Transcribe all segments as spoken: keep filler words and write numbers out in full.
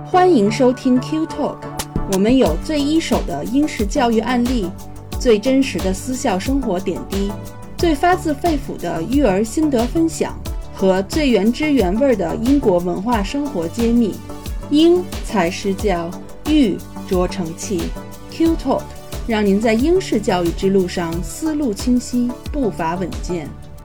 欢迎收听 Q Talk， 我们有最一手的英式教育案例，最真实的私校生活点滴，最发自肺腑的育儿心得分享和最原汁原味的英国文化生活揭秘。英才施教，育拙成器。 Q Talk 让您在英式教育之路上思路清晰，步伐稳健。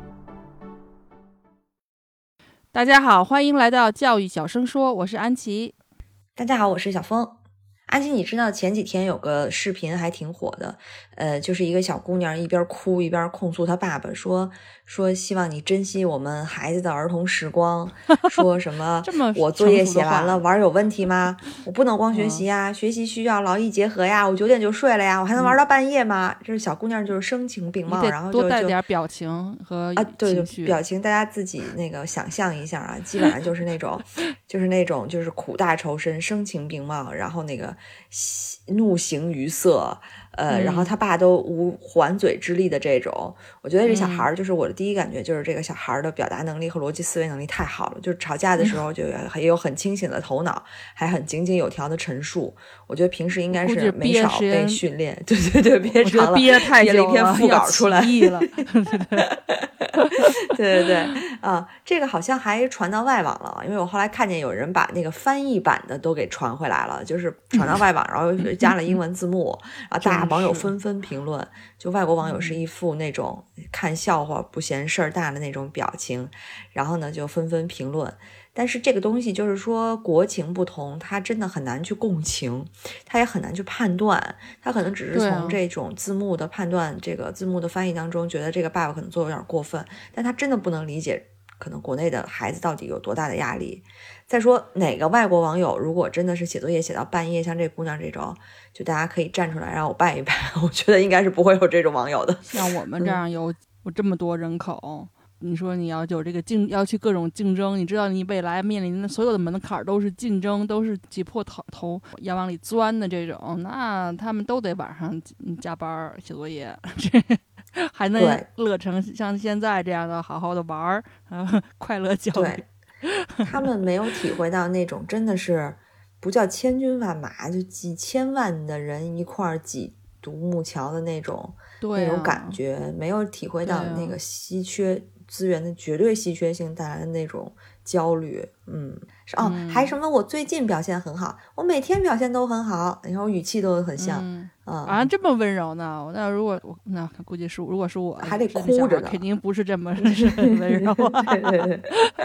大家好，欢迎来到教育小声说，我是安琪。 大家好，我是小峰。安琪，你知道前几天有个视频还挺火的，呃，就是一个小姑娘一边哭一边控诉她爸爸，说说希望你珍惜我们孩子的儿童时光，说什么我作业写完了，玩有问题吗？我不能光学习呀、嗯，学习需要劳逸结合呀，我九点就睡了呀，我还能玩到半夜吗？嗯、这是小姑娘就是声情并茂，然后就多带点表情和啊，对，表情大家自己那个想象一下啊，基本上就是那种，就是那种就是苦大仇深，声情并茂，然后那个怒形于色，呃、嗯，然后他爸都无还嘴之力的这种，我觉得这小孩就是我的第一感觉就是这个小孩的表达能力和逻辑思维能力太好了，就是吵架的时候就也有很清醒的头脑，还很井井有条的陈述。我觉得平时应该是没少被训练，对对对，憋长了， 憋太久了， 憋了一篇副稿出来了， 对对对啊，这个好像还传到外网了，因为我后来看见有人把那个翻译版的都给传回来了，就是传到外网，然后加了英文字幕，然后大家网友纷纷评论，就外国网友是一副那种看笑话不嫌事儿大的那种表情，然后呢就纷纷评论。但是这个东西就是说国情不同，它真的很难去共情，它也很难去判断，它可能只是从这种字幕的判断、啊、这个字幕的翻译当中觉得这个爸爸可能做的有点过分，但他真的不能理解可能国内的孩子到底有多大的压力。再说哪个外国网友如果真的是写作业写到半夜，像这姑娘这种，就大家可以站出来让我拜一拜，我觉得应该是不会有这种网友的。 像我们这样有、嗯、有这么多人口，你说你要有这个竞，要去各种竞争，你知道你未来面临的所有的门槛都是竞争，都是挤破头头要往里钻的这种，那他们都得晚上加班写作业，这还能乐成像现在这样的好好的玩，呃，快乐教育。 对，他们没有体会到那种真的是不叫千军万马，就几千万的人一块挤独木桥的那种、 啊、 那种感觉，没有体会到那个稀缺资源的绝对稀缺性带来的那种焦虑。嗯，哦， 嗯、 还什么我最近表现很好，我每天表现都很好，然后语气都很像。 嗯嗯、 啊，这么温柔呢？那如果那估计是如果是我还得哭着呢， 肯定不是这么温柔、啊。 对对对。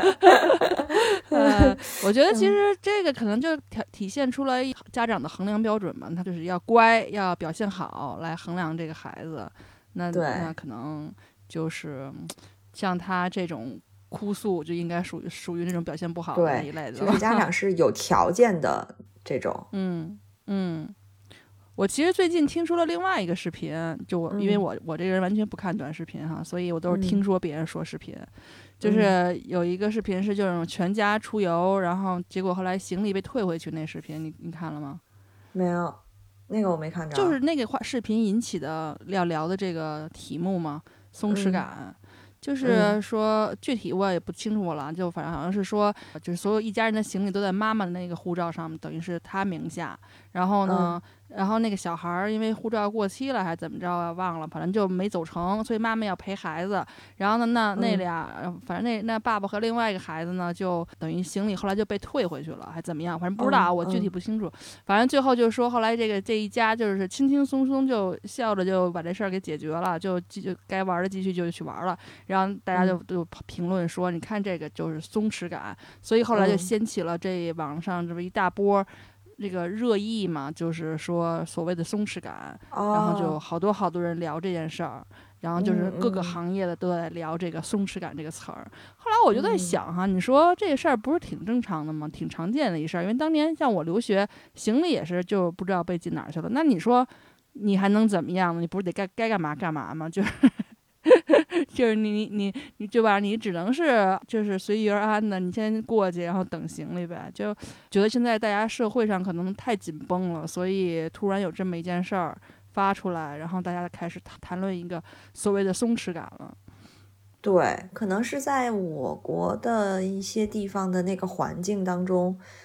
呃，我觉得其实这个可能就体现出来家长的衡量标准嘛，他就是要乖，要表现好来衡量这个孩子。那那可能就是像他这种哭诉，就应该属于属于那种表现不好的那一类的。 就是家长是有条件的这种。 嗯嗯。我其实最近听说了另外一个视频，就我、嗯、因为我我这个人完全不看短视频哈，所以我都是听说别人说视频、嗯、就是有一个视频是这种全家出游，然后结果后来行李被退回去那视频，你你看了吗？ 没有，那个我没看着。 就是那个话视频引起的要聊的这个题目嘛，松弛感、嗯、就是说具体我也不清楚了，就反正好像是说就是所有一家人的行李都在妈妈的那个护照上面，等于是她名下，然后呢、嗯然后那个小孩因为护照过期了还怎么着啊，忘了，反正就没走成，所以妈妈要陪孩子。然后呢，那那俩、嗯、反正那那爸爸和另外一个孩子呢，就等于行李后来就被退回去了，还怎么样？反正不知道， 嗯、 我具体不清楚。嗯、反正最后就是说，后来这个这一家就是轻轻松松就笑着就把这事儿给解决了，就就该玩的继续就去玩了。然后大家就就评论说，你看这个就是松弛感，所以后来就掀起了这网上这么一大波。这个热议嘛，就是说所谓的松弛感、哦、然后就好多好多人聊这件事儿，然后就是各个行业的都在聊这个松弛感这个词儿、嗯、后来我就在想哈、嗯、你说这个事儿不是挺正常的吗？挺常见的一事儿，因为当年像我留学行李也是就不知道被进哪儿去了，那你说你还能怎么样呢？你不是得该该干嘛干嘛吗？就是就是你你你对吧？你只能是就是随遇而安的，你先过去，然后等行李呗。就觉得现在大家社会上可能太紧绷了，所以突然有这么一件事儿发出来，然后大家开始谈论一个所谓的松弛感了。 对，可能是在我国的一些地方的那个环境当中，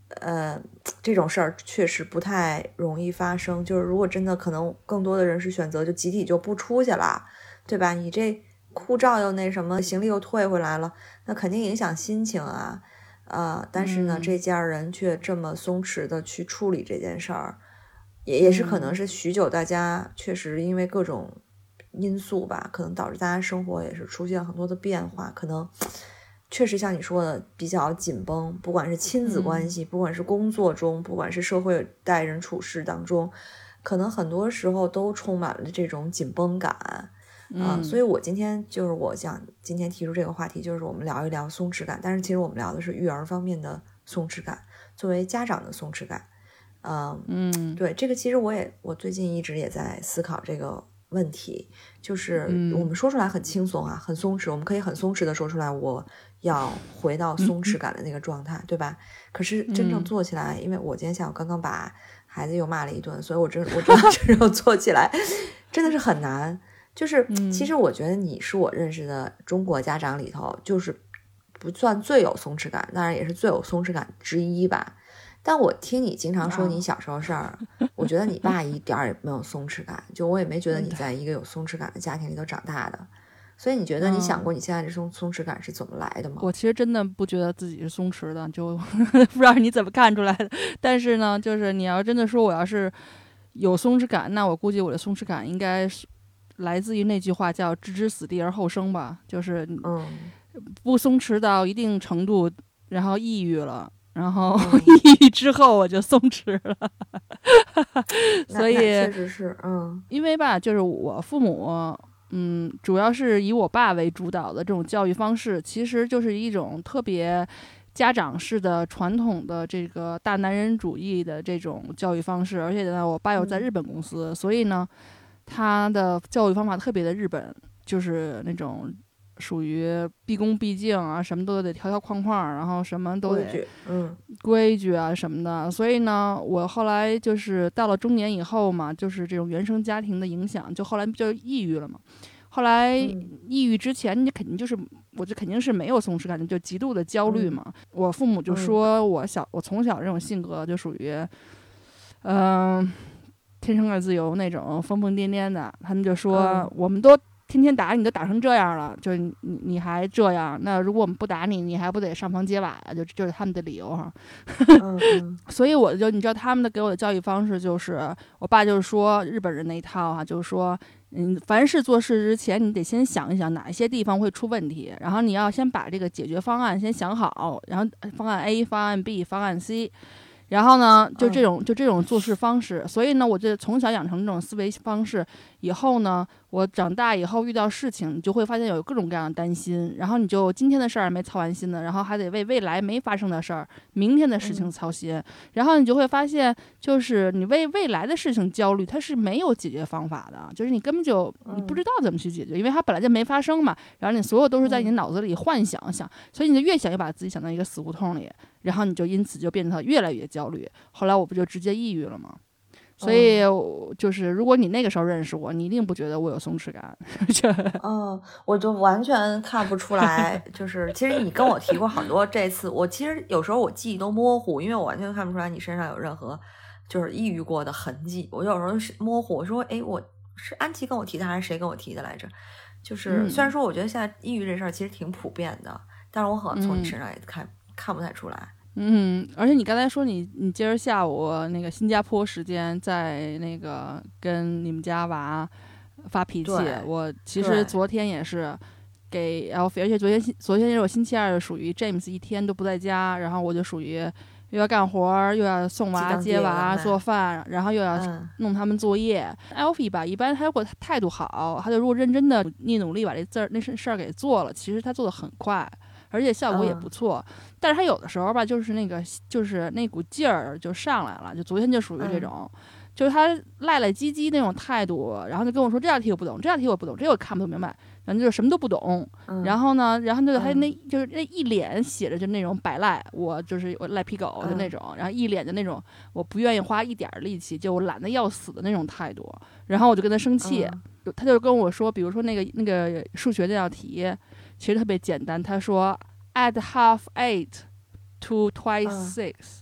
呃，这种事儿确实不太容易发生。就是如果真的可能，更多的人是选择就集体就不出去了，对吧？你这护照又那什么，行李又退回来了，那肯定影响心情啊。呃，但是呢， 嗯、 这家人却这么松弛的去处理这件事儿，也也是可能是许久大家确实因为各种因素吧，可能导致大家生活也是出现很多的变化，可能确实像你说的比较紧绷，不管是亲子关系， 嗯、 不管是工作中，不管是社会待人处事当中，可能很多时候都充满了这种紧绷感啊、呃。所以我今天就是我想今天提出这个话题，就是我们聊一聊松弛感，但是其实我们聊的是育儿方面的松弛感，作为家长的松弛感。嗯嗯， 对，这个其实我也我最近一直也在思考这个问题，就是我们说出来很轻松啊，很松弛，我们可以很松弛的说出来我要回到松弛感的那个状态，对吧？可是真正做起来，因为我今天下午刚刚把孩子又骂了一顿，所以我真我知道真正做起来真的是很难。就是其实我觉得你是我认识的中国家长里头，就是不算最有松弛感，当然也是最有松弛感之一吧。但我听你经常说你小时候事儿，我觉得你爸一点儿也没有松弛感，就我也没觉得你在一个有松弛感的家庭里头长大的。所以你觉得你想过你现在这松松弛感是怎么来的吗？ 我其实真的不觉得自己是松弛的，就不知道你怎么看出来的。但是呢，就是你要真的说我要是有松弛感，那我估计我的松弛感应该是来自于那句话叫置之死地而后生吧，就是不松弛到一定程度，然后抑郁了。然后抑郁之后我就松弛了，所以确实是，嗯， 因为吧，就是我父母，嗯，主要是以我爸为主导的这种教育方式，其实就是一种特别家长式的传统的这个大男人主义的这种教育方式，而且呢，我爸又在日本公司， 嗯、 所以呢，他的教育方法特别的日本，就是那种。属于毕恭毕敬啊，什么都得条条框框，然后什么都得规矩，嗯， 规矩啊什么的。所以呢，我后来就是到了中年以后嘛，就是这种原生家庭的影响，就后来就抑郁了嘛。后来抑郁之前，你肯定就是，我就肯定是没有松弛感，就极度的焦虑嘛。 嗯、 我父母就说我小，我从小这种性格就属于，嗯、呃，天生个自由那种疯疯癫癫的。他们就说、 嗯、 我们都。天天打你都打成这样了，就是你你还这样，那如果我们不打你，你还不得上房揭瓦啊？就就是他们的理由哈。 嗯、 所以我就你知道他们的给我的教育方式就是，我爸就是说日本人那一套哈、啊，就是说，嗯，凡是做事之前你得先想一想哪一些地方会出问题，然后你要先把这个解决方案先想好，然后方案 A、方案 B、方案 C。然后呢，就这种就这种做事方式，所以呢，我就从小养成这种思维方式。以后呢，我长大以后遇到事情，你就会发现有各种各样的担心，然后你就今天的事儿没操完心呢，然后还得为未来没发生的事儿、明天的事情操心， 嗯、 然后你就会发现，就是你为未来的事情焦虑，它是没有解决方法的，就是你根本就你不知道怎么去解决，因为它本来就没发生嘛。然后你所有都是在你脑子里幻想想，所以你就越想越把自己想到一个死胡同里，然后你就因此就变得越来越焦虑。后来我不就直接抑郁了吗？所以就是如果你那个时候认识我，你一定不觉得我有松弛感。 嗯，我就完全看不出来。就是其实你跟我提过很多，这次我其实有时候我记忆都模糊，因为我完全看不出来你身上有任何就是抑郁过的痕迹。我有时候是模糊，我说哎，我是安琪跟我提的还是谁跟我提的来着？就是虽然说我觉得现在抑郁这事儿其实挺普遍的，但是我好像从你身上也看、嗯、看不太出来。 嗯，而且你刚才说你你今儿下午那个新加坡时间在那个跟你们家娃发脾气，我其实昨天也是给 Alfie， 而且昨天昨天是我星期二属于 James 一天都不在家，然后我就属于又要干活又要送娃接娃做饭，然后又要弄他们作业。嗯、Alfie 吧，一般他如果态度好，他就如果认真的你努力把这字儿那事儿给做了，其实他做的很快。而且效果也不错，嗯、但是他有的时候吧，就是那个就是那股劲儿就上来了，就昨天就属于这种，嗯、就是他赖赖唧唧那种态度，然后就跟我说这道题我不懂，这道题我不懂，这我看不明白，然后就什么都不懂， 嗯、 然后呢，然后就还那、嗯、就是那一脸写着就那种摆赖，我就是我赖皮狗就那种，嗯、然后一脸的那种我不愿意花一点力气，就我懒得要死的那种态度，然后我就跟他生气，嗯、他就跟我说，比如说那个那个数学这道题。其实特别简单，他说 add half eight to twice six，、嗯、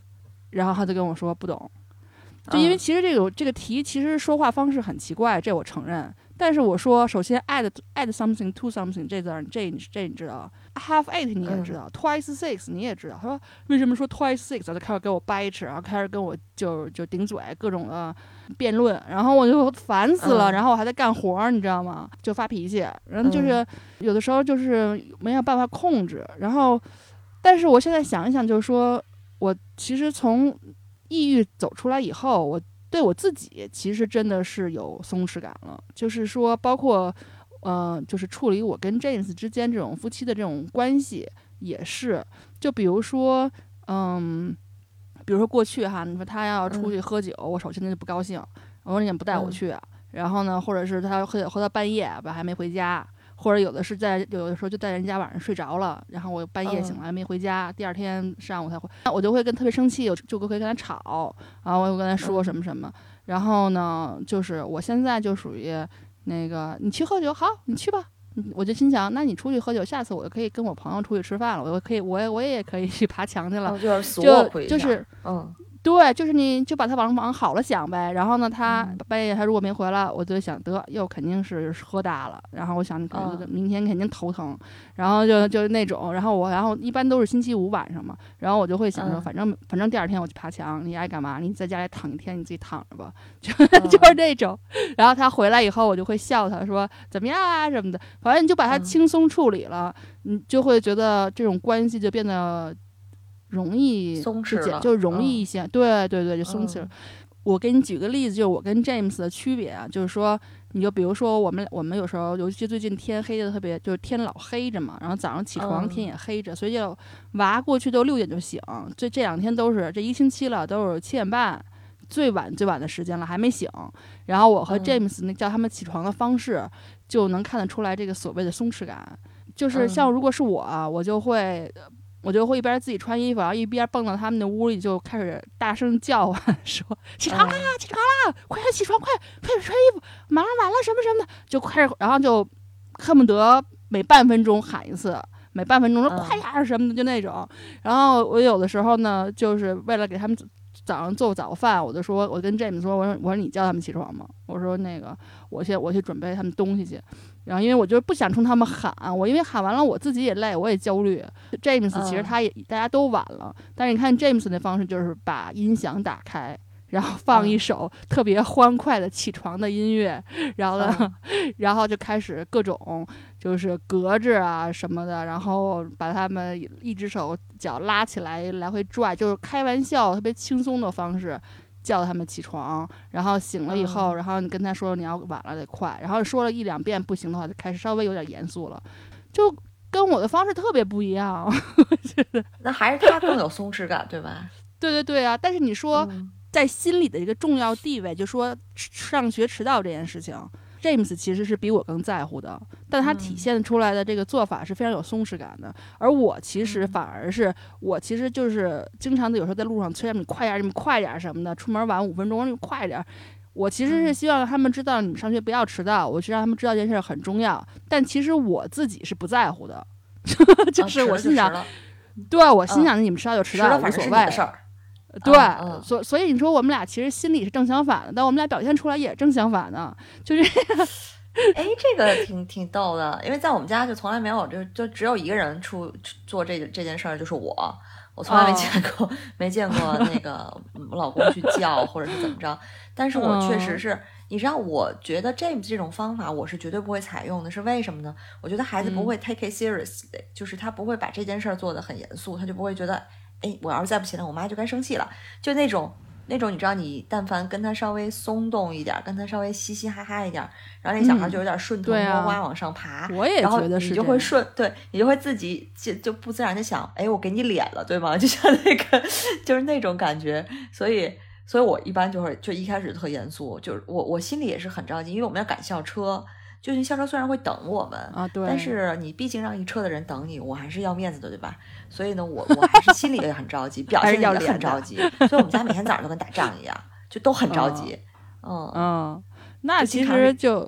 然后他就跟我说不懂，就因为其实这个、嗯、这个题其实说话方式很奇怪，这我承认。但是我说，首先 add add something to something 这字儿，这这你知道 ，half eight 你也知道、嗯、，twice six 你也知道。他说为什么说 twice six， 他就开始给我掰扯，然后开始跟我就就顶嘴，各种的辩论，然后我就烦死了、嗯。然后我还在干活，你知道吗？就发脾气，然后就是、嗯、有的时候就是没有办法控制。然后，但是我现在想一想，就是说我其实从抑郁走出来以后，我。对我自己其实真的是有松弛感了，就是说包括呃就是处理我跟 James 之间这种夫妻的这种关系也是，就比如说嗯比如说过去哈，你说他要出去喝酒、嗯、我首先就不高兴，我说你怎么不带我去、啊嗯、然后呢或者是他喝喝到半夜吧还没回家，或者有的是在有的时候就在人家晚上睡着了，然后我半夜醒来没回家、嗯、第二天上午才回，我就会跟特别生气，我就会跟他吵，然后我就跟他说什么什么、嗯、然后呢就是我现在就属于那个你去喝酒好你去吧，我就心想那你出去喝酒下次我就可以跟我朋友出去吃饭了，我可以我也我也可以去爬墙去了、 哦、就是 swap 一下就就是嗯对，就是你就把他往往好了想呗。然后呢，他半夜他如果没回来，我就想得又肯定是喝大了。然后我想可能明天肯定头疼，嗯、然后就就是那种。然后我然后一般都是星期五晚上嘛，然后我就会想说，反正、嗯、反正第二天我去爬墙，你爱干嘛？你在家里躺一天，你自己躺着吧，就、嗯、就是这种。然后他回来以后，我就会笑他说怎么样啊什么的，反正你就把他轻松处理了，你、嗯、就会觉得这种关系就变得。容易松弛了， 就容易一些、嗯、对对对就松弛了、嗯、我给你举个例子，就是我跟 James 的区别啊，就是说你就比如说我们我们有时候尤其最近天黑的特别，就是天老黑着嘛，然后早上起床天也黑着、嗯、所以就娃过去都六点就醒，这这两天都是这一星期了都是七点半最晚最晚的时间了还没醒，然后我和 James 那叫他们起床的方式、嗯、就能看得出来这个所谓的松弛感，就是像如果是我、啊嗯、我就会我就会一边自己穿衣服，然后一边蹦到他们的屋里，就开始大声叫唤说：“起床啦，起床啦，快点起床，快快点穿衣服，马上晚了什么什么的。”就开始，然后就恨不得每半分钟喊一次，每半分钟说快点什么的，就那种。然后我有的时候呢，就是为了给他们早上做早饭，我就说，我跟 James 说，我说我说你叫他们起床吗？我说那个我去我去准备他们东西去。然后因为我就不想冲他们喊，我因为喊完了我自己也累，我也焦虑。James 其实他也、嗯、大家都晚了，但是你看 James 的方式就是把音响打开，然后放一首特别欢快的起床的音乐，然后呢、嗯，然后就开始各种就是格子啊什么的，然后把他们一只手脚拉起来来回拽，就是开玩笑特别轻松的方式。叫他们起床，然后醒了以后、嗯、然后你跟他说你要晚了得快，然后说了一两遍不行的话就开始稍微有点严肃了，就跟我的方式特别不一样那还是他更有松弛感对吧？ 对对对啊，但是你说、嗯、在心里的一个重要地位，就说上学迟到这件事情James 其实是比我更在乎的，但他体现出来的这个做法是非常有松弛感的、嗯、而我其实反而是、嗯、我其实就是经常的有时候在路上催他们你快点你们快点什么的，出门晚五分钟你们快点，我其实是希望让他们知道你们上学不要迟到，我是让他们知道这件事很重要，但其实我自己是不在乎的就是我心想、啊、对我心想你们迟到就迟到、嗯、无所谓事儿对，嗯嗯、所所以你说我们俩其实心里是正相反的，但我们俩表现出来也正相反的，就是哎，这个挺挺逗的，因为在我们家就从来没有，就就只有一个人出做这这件事儿，就是我，我从来没见过、哦、没见过那个我老公去叫或者是怎么着，但是我确实是，嗯、你知道，我觉得 James 这种方法我是绝对不会采用的，是为什么呢？我觉得孩子不会 take it seriously，、嗯、就是他不会把这件事儿做得很严肃，他就不会觉得。哎，我要是再不起来，我妈就该生气了。就那种那种，你知道，你但凡跟他稍微松动一点，跟他稍微嘻嘻哈哈一点，然后那小孩就有点顺藤摸瓜往上爬。 嗯啊、我也觉得是， 然后你就会顺，对你就会自己就就不自然的想，哎，我给你脸了，对吗？就像那个，就是那种感觉。所以，所以我一般就会就一开始特严肃，就是我我心里也是很着急，因为我们要赶校车。就是校车虽然会等我们啊，对， 但是你毕竟让一车的人等你，我还是要面子的，对吧？所以呢，我我还是心里也很着急，表现也很着急，所以我们家每天早上都跟打仗一样，就都很着急。 嗯嗯，那其实就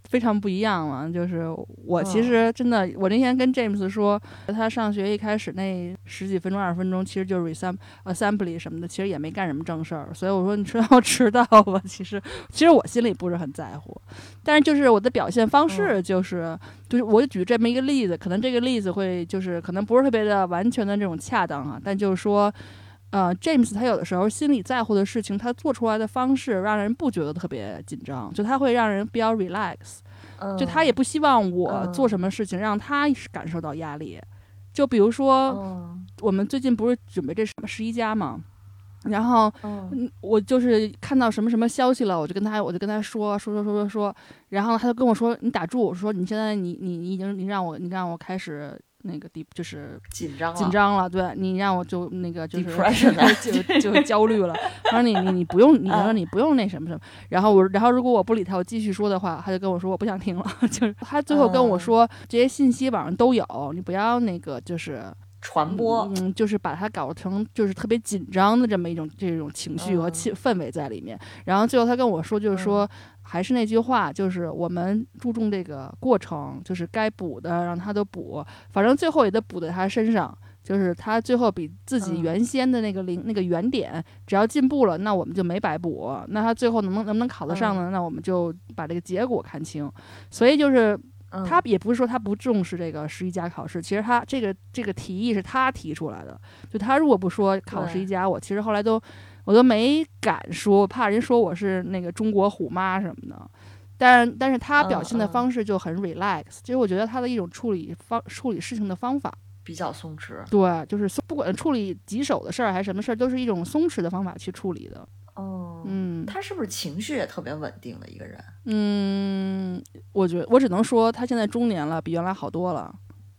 非常不一样嘛。就是我其实真的，我那天跟 James 说，他上学一开始那十几分钟、二十分钟，其实就是 assembly 什么的，其实也没干什么正事儿。所以我说你迟到迟到吧，其实其实我心里不是很在乎，但是就是我的表现方式就是。嗯就是我就举这么一个例子，可能这个例子会就是可能不是特别的完全的这种恰当啊，但就是说，呃 ，James 他有的时候心里在乎的事情，他做出来的方式让人不觉得特别紧张，就他会让人比较 relax，、嗯、就他也不希望我做什么事情让他感受到压力。就比如说，嗯、我们最近不是准备这什么十一家嘛。然后，嗯，我就是看到什么什么消息了，我就跟他，我就跟他说说说说说说，然后他就跟我说，你打住，我说你现在你你你已经你让我你让我开始那个地就是紧张紧张了，对你让我就那个就是就就焦虑了。他说你你你不用，你说你不用那什么什么。然后我然后如果我不理他，我继续说的话，他就跟我说我不想听了。就是他最后跟我说、嗯、这些信息网上都有，你不要那个就是。 传播， 嗯，就是把它搞成就是特别紧张的这么一种这种情绪和气、嗯、氛围在里面。然后最后他跟我说，就是说、嗯、还是那句话，就是我们注重这个过程，就是该补的让他都补，反正最后也得补在他身上。就是他最后比自己原先的那个零、嗯、那个原点，只要进步了，那我们就没白补。那他最后能不能能不能考得上呢？嗯、那我们就把这个结果看清。所以就是。他也不是说他不重视这个十一家考试，其实他这个这个提议是他提出来的。就他如果不说考十一家，我其实后来都我都没敢说，怕人说我是那个中国虎妈什么的。但但是他表现的方式就很 relax，、嗯嗯、其实我觉得他的一种处理方处理事情的方法比较松弛。 对，就是不管处理棘手的事儿还是什么事儿，都是一种松弛的方法去处理的。 哦，嗯，他是不是情绪也特别稳定的一个人？ 嗯，我觉得我只能说他现在中年了，比原来好多了。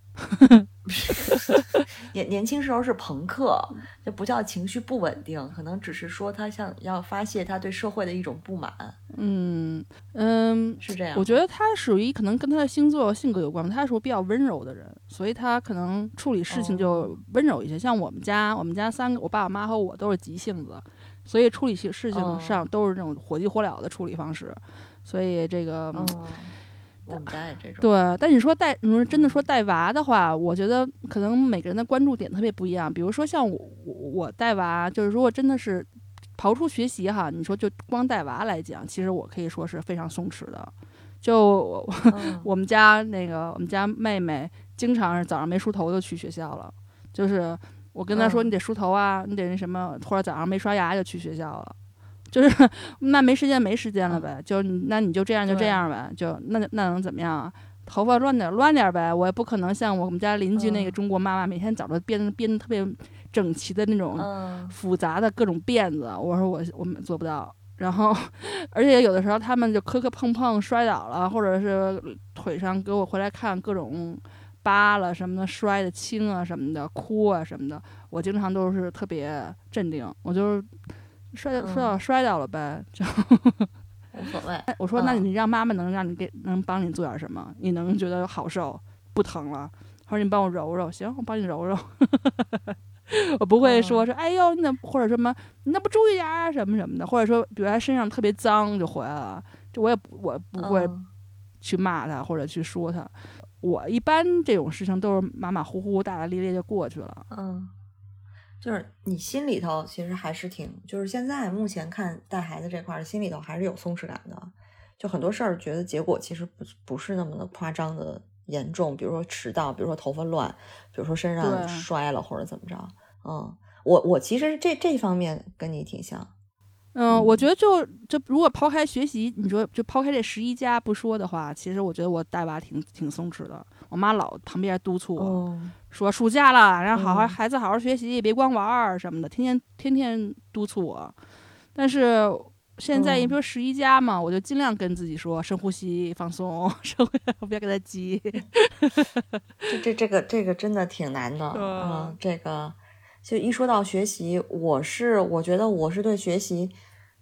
年年轻时候是朋克，这不叫情绪不稳定，可能只是说他想要发泄他对社会的一种不满。 嗯嗯， 是这样。 我觉得他属于可能跟他的星座性格有关，他是比较温柔的人，所以他可能处理事情就温柔一些。哦、像我们家，我们家三个，我爸我妈和我都是急性子，所以处理事情上都是这种火急火燎的处理方式。所以这个。 哦我们家也这种。 对，但你说带，你说真的说带娃的话，我觉得可能每个人的关注点特别不一样。比如说像我，我我带娃，就是如果真的是刨出学习哈，你说就光带娃来讲，其实我可以说是非常松弛的。就、嗯、我们家那个我们家妹妹，经常是早上没梳头就去学校了。就是我跟她说你得梳头啊，嗯、你得那什么，或者早上没刷牙就去学校了。就是那没时间没时间了呗，嗯、就那你就这样就这样呗，就那那能怎么样啊？头发乱点乱点呗，我也不可能像我们家邻居那个中国妈妈，嗯、每天早上编编特别整齐的那种复杂的各种辫子。嗯、我说我我们做不到。然后，而且有的时候他们就磕磕碰碰摔倒了，或者是腿上给我回来看各种疤了什么的，摔的青啊什么的，哭啊什么的，我经常都是特别镇定，我就是。摔摔倒摔倒了呗，就无所谓。 我说，那你让妈妈能让你给能帮你做点什么？你能觉得好受不疼了？他说你帮我揉揉，行，我帮你揉揉。我不会说说，哎呦，你怎么或者什么，你那不注意点啊什么什么的，或者说，比如他身上特别脏就回来了，就我也不我不会去骂他或者去说他。我一般这种事情都是马马虎虎、大大咧咧就过去了。 嗯。就是你心里头其实还是挺，就是现在目前看带孩子这块心里头还是有松弛感的，就很多事儿觉得结果其实不不是那么的夸张的严重，比如说迟到，比如说头发乱，比如说身上摔了或者怎么着。嗯，我我其实这这方面跟你挺像。 嗯，嗯我觉得就就如果抛开学习，你说就抛开这十一家不说的话，其实我觉得我带娃挺挺松弛的。我妈老旁边督促我。哦说暑假了，然后好好、嗯、孩子好好学习，别光玩儿什么的，天天天天督促我。但是现在，你比如十一家嘛，嗯、我就尽量跟自己说，深呼吸，放松，深呼吸，不要给他急。 这这这个这个真的挺难的，嗯，这个就一说到学习，我是我觉得我是对学习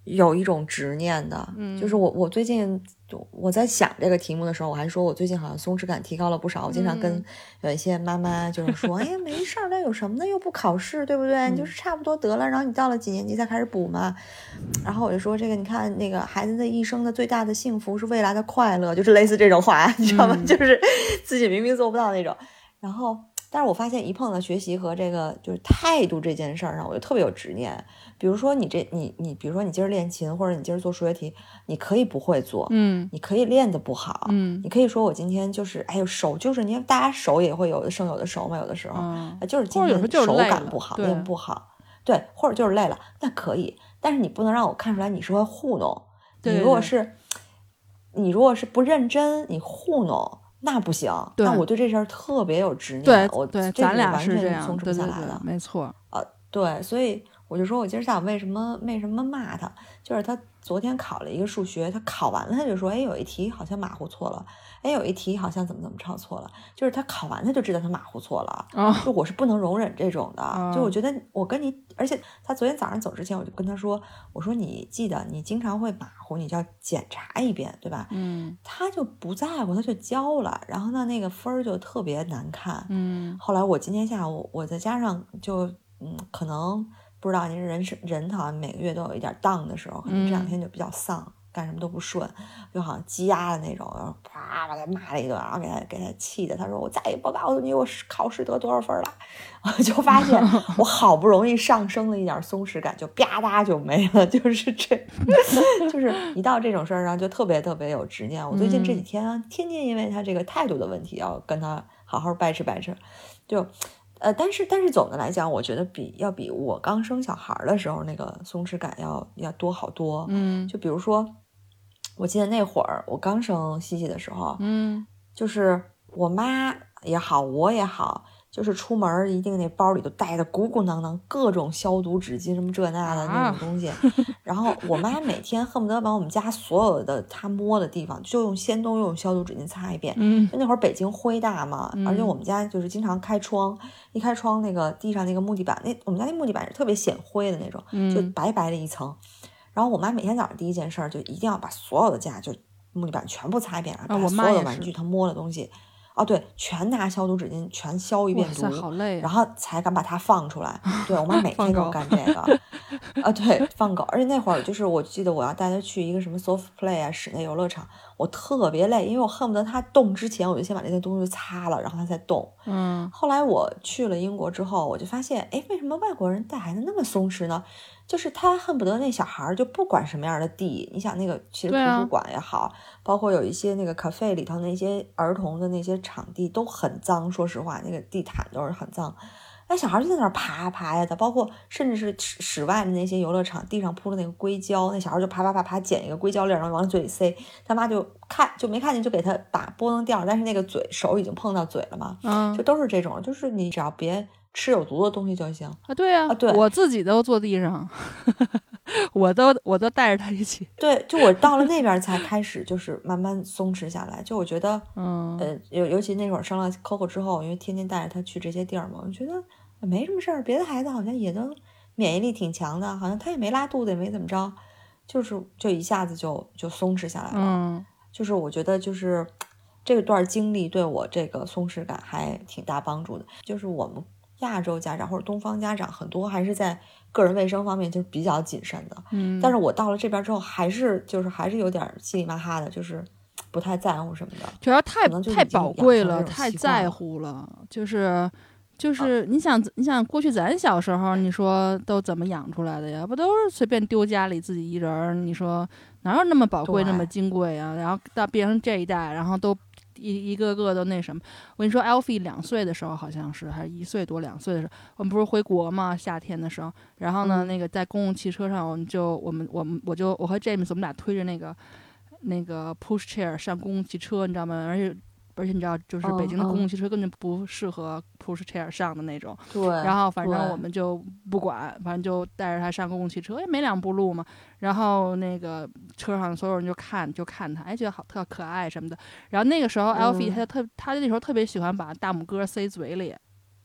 有一种执念的， 嗯， 就是我我最近我在想这个题目的时候，我还说我最近好像松弛感提高了不少。我经常跟有一些妈妈就是说，哎呀，没事儿，那有什么呢？又不考试，对不对？你就是差不多得了，然后你到了几年级才开始补嘛。然后我就说这个，你看那个孩子的一生的最大的幸福是未来的快乐，就是类似这种话，你知道吗？ 嗯、 就是自己明明做不到那种。然后，但是我发现一碰到学习和这个就是态度这件事儿上，我就特别有执念。比如说你这你你，比如说你今儿练琴，或者你今儿做数学题，你可以不会做， 嗯， 你可以练得不好， 嗯， 你可以说我今天就是哎呦手就是你大家手也会有的生有的熟嘛，有的时候、 嗯、 就是今天手感不好，练不好，对，或者就是累了，那可以，但是你不能让我看出来你是会糊弄。 对对对， 你如果是你如果是不认真，你糊弄。那不行，那我对这事儿特别有执念， 对我对， 这咱俩完全是这样， 松弛不下来的， 对对对，没错。 呃，对，所以我就说我今儿下午为什么为什么骂他，就是他昨天考了一个数学，他考完了他就说，哎，有一题好像马虎错了，哎，有一题好像怎么怎么抄错了，就是他考完他就知道他马虎错了， 哦、 就我是不能容忍这种的， 哦、 就我觉得我跟你，而且他昨天早上走之前我就跟他说，我说你记得你经常会马虎，你就要检查一遍，对吧？ 嗯， 他就不在乎，他就交了，然后呢那个分儿就特别难看， 嗯， 后来我今天下午我再加上就嗯可能不知道您人是人好像每个月都有一点荡的时候，可能这两天就比较丧。嗯，干什么都不顺，就好像积压的那种，然后啪把他骂了一顿，然后给他给他气的，他说我再也不告诉你我考试得多少分了，我就发现我好不容易上升了一点松弛感，就吧嗒就没了，就是这，就是一到这种事儿上就特别特别有执念。我最近这几天、啊、天天因为他这个态度的问题要跟他好好掰扯掰扯，就。呃，但是但是总的来讲，我觉得比要比我刚生小孩的时候那个松弛感要要多好多。 嗯， 就比如说，我记得那会儿我刚生西西的时候， 嗯， 就是我妈也好，我也好，就是出门一定那包里都带的鼓鼓囊囊，各种消毒纸巾什么这那的那种东西。啊、然后我妈每天恨不得把我们家所有的她摸的地方，就用先都用消毒纸巾擦一遍。 嗯， 就那会儿北京灰大嘛， 嗯、 而且我们家就是经常开窗，一开窗那个地上那个木地板，那我们家那木地板是特别显灰的那种， 嗯、 就白白的一层。然后我妈每天早上第一件事就一定要把所有的家就木地板全部擦一遍，然后把所有的玩具她摸的东西。哦，对，全拿消毒纸巾全消一遍毒， 好累、啊， 然后才敢把它放出来。对，我妈每天都干这个，啊，对，放狗。而且那会儿就是我记得我要带她去一个什么 soft play 啊，室内游乐场，我特别累，因为我恨不得她动之前我就先把那些东西擦了，然后她再动。 嗯， 后来我去了英国之后，我就发现，哎，为什么外国人带孩子那么松弛呢？就是他恨不得那小孩就不管什么样的地，你想那个其实图书馆也好、啊、包括有一些那个 cafe 里头那些儿童的那些场地都很脏，说实话那个地毯都是很脏，那小孩就在那儿爬爬呀的，包括甚至是室外的那些游乐场地上铺的那个硅胶，那小孩就爬爬爬爬捡一个硅胶粒然后往嘴里塞，他妈就看就没看见就给他把拨弄掉，但是那个嘴手已经碰到嘴了嘛， 嗯， 就都是这种，就是你只要别吃有毒的东西就行啊！对啊， 啊对， 我自己都坐地上，我都我都带着他一起。 对，就我到了那边才开始，就是慢慢松弛下来。就我觉得， 嗯， 呃，尤尤其那会儿生了 Coco 之后，因为天天带着他去这些地儿嘛，我觉得没什么事儿。别的孩子好像也都免疫力挺强的，好像他也没拉肚子，也没怎么着，就是就一下子就就松弛下来了。 嗯， 就是我觉得就是这段经历对我这个松弛感还挺大帮助的。就是我们亚洲家长或者东方家长很多还是在个人卫生方面就是比较谨慎的， 嗯， 但是我到了这边之后还是就是还是有点稀里马哈的，就是不太在乎什么的， 主要太太宝贵了， 了太在乎了，就是就是你想、啊、你想过去咱小时候你说都怎么养出来的呀？不都是随便丢家里自己一人，你说哪有那么宝贵那么金贵啊？然后到变成这一代，然后都一一个个都那什么，我跟你说 Alfie 两岁的时候好像是还是一岁多两岁的时候，我们不是回国嘛，夏天的时候，然后呢、嗯、那个在公共汽车上，我们就我们我们我就我和 James 我们俩推着那个那个 push chair 上公共汽车，你知道吗？而且而且你知道，就是北京的公共汽车根本不适合 push chair 上的那种。 对、嗯。 然后反正我们就不管，反正就带着他上公共汽车，也没两步路嘛。然后那个车上所有人就看就看他，哎，觉得好特可爱什么的。然后那个时候 Alfie 他就特、嗯、他那时候特别喜欢把大拇哥塞嘴里。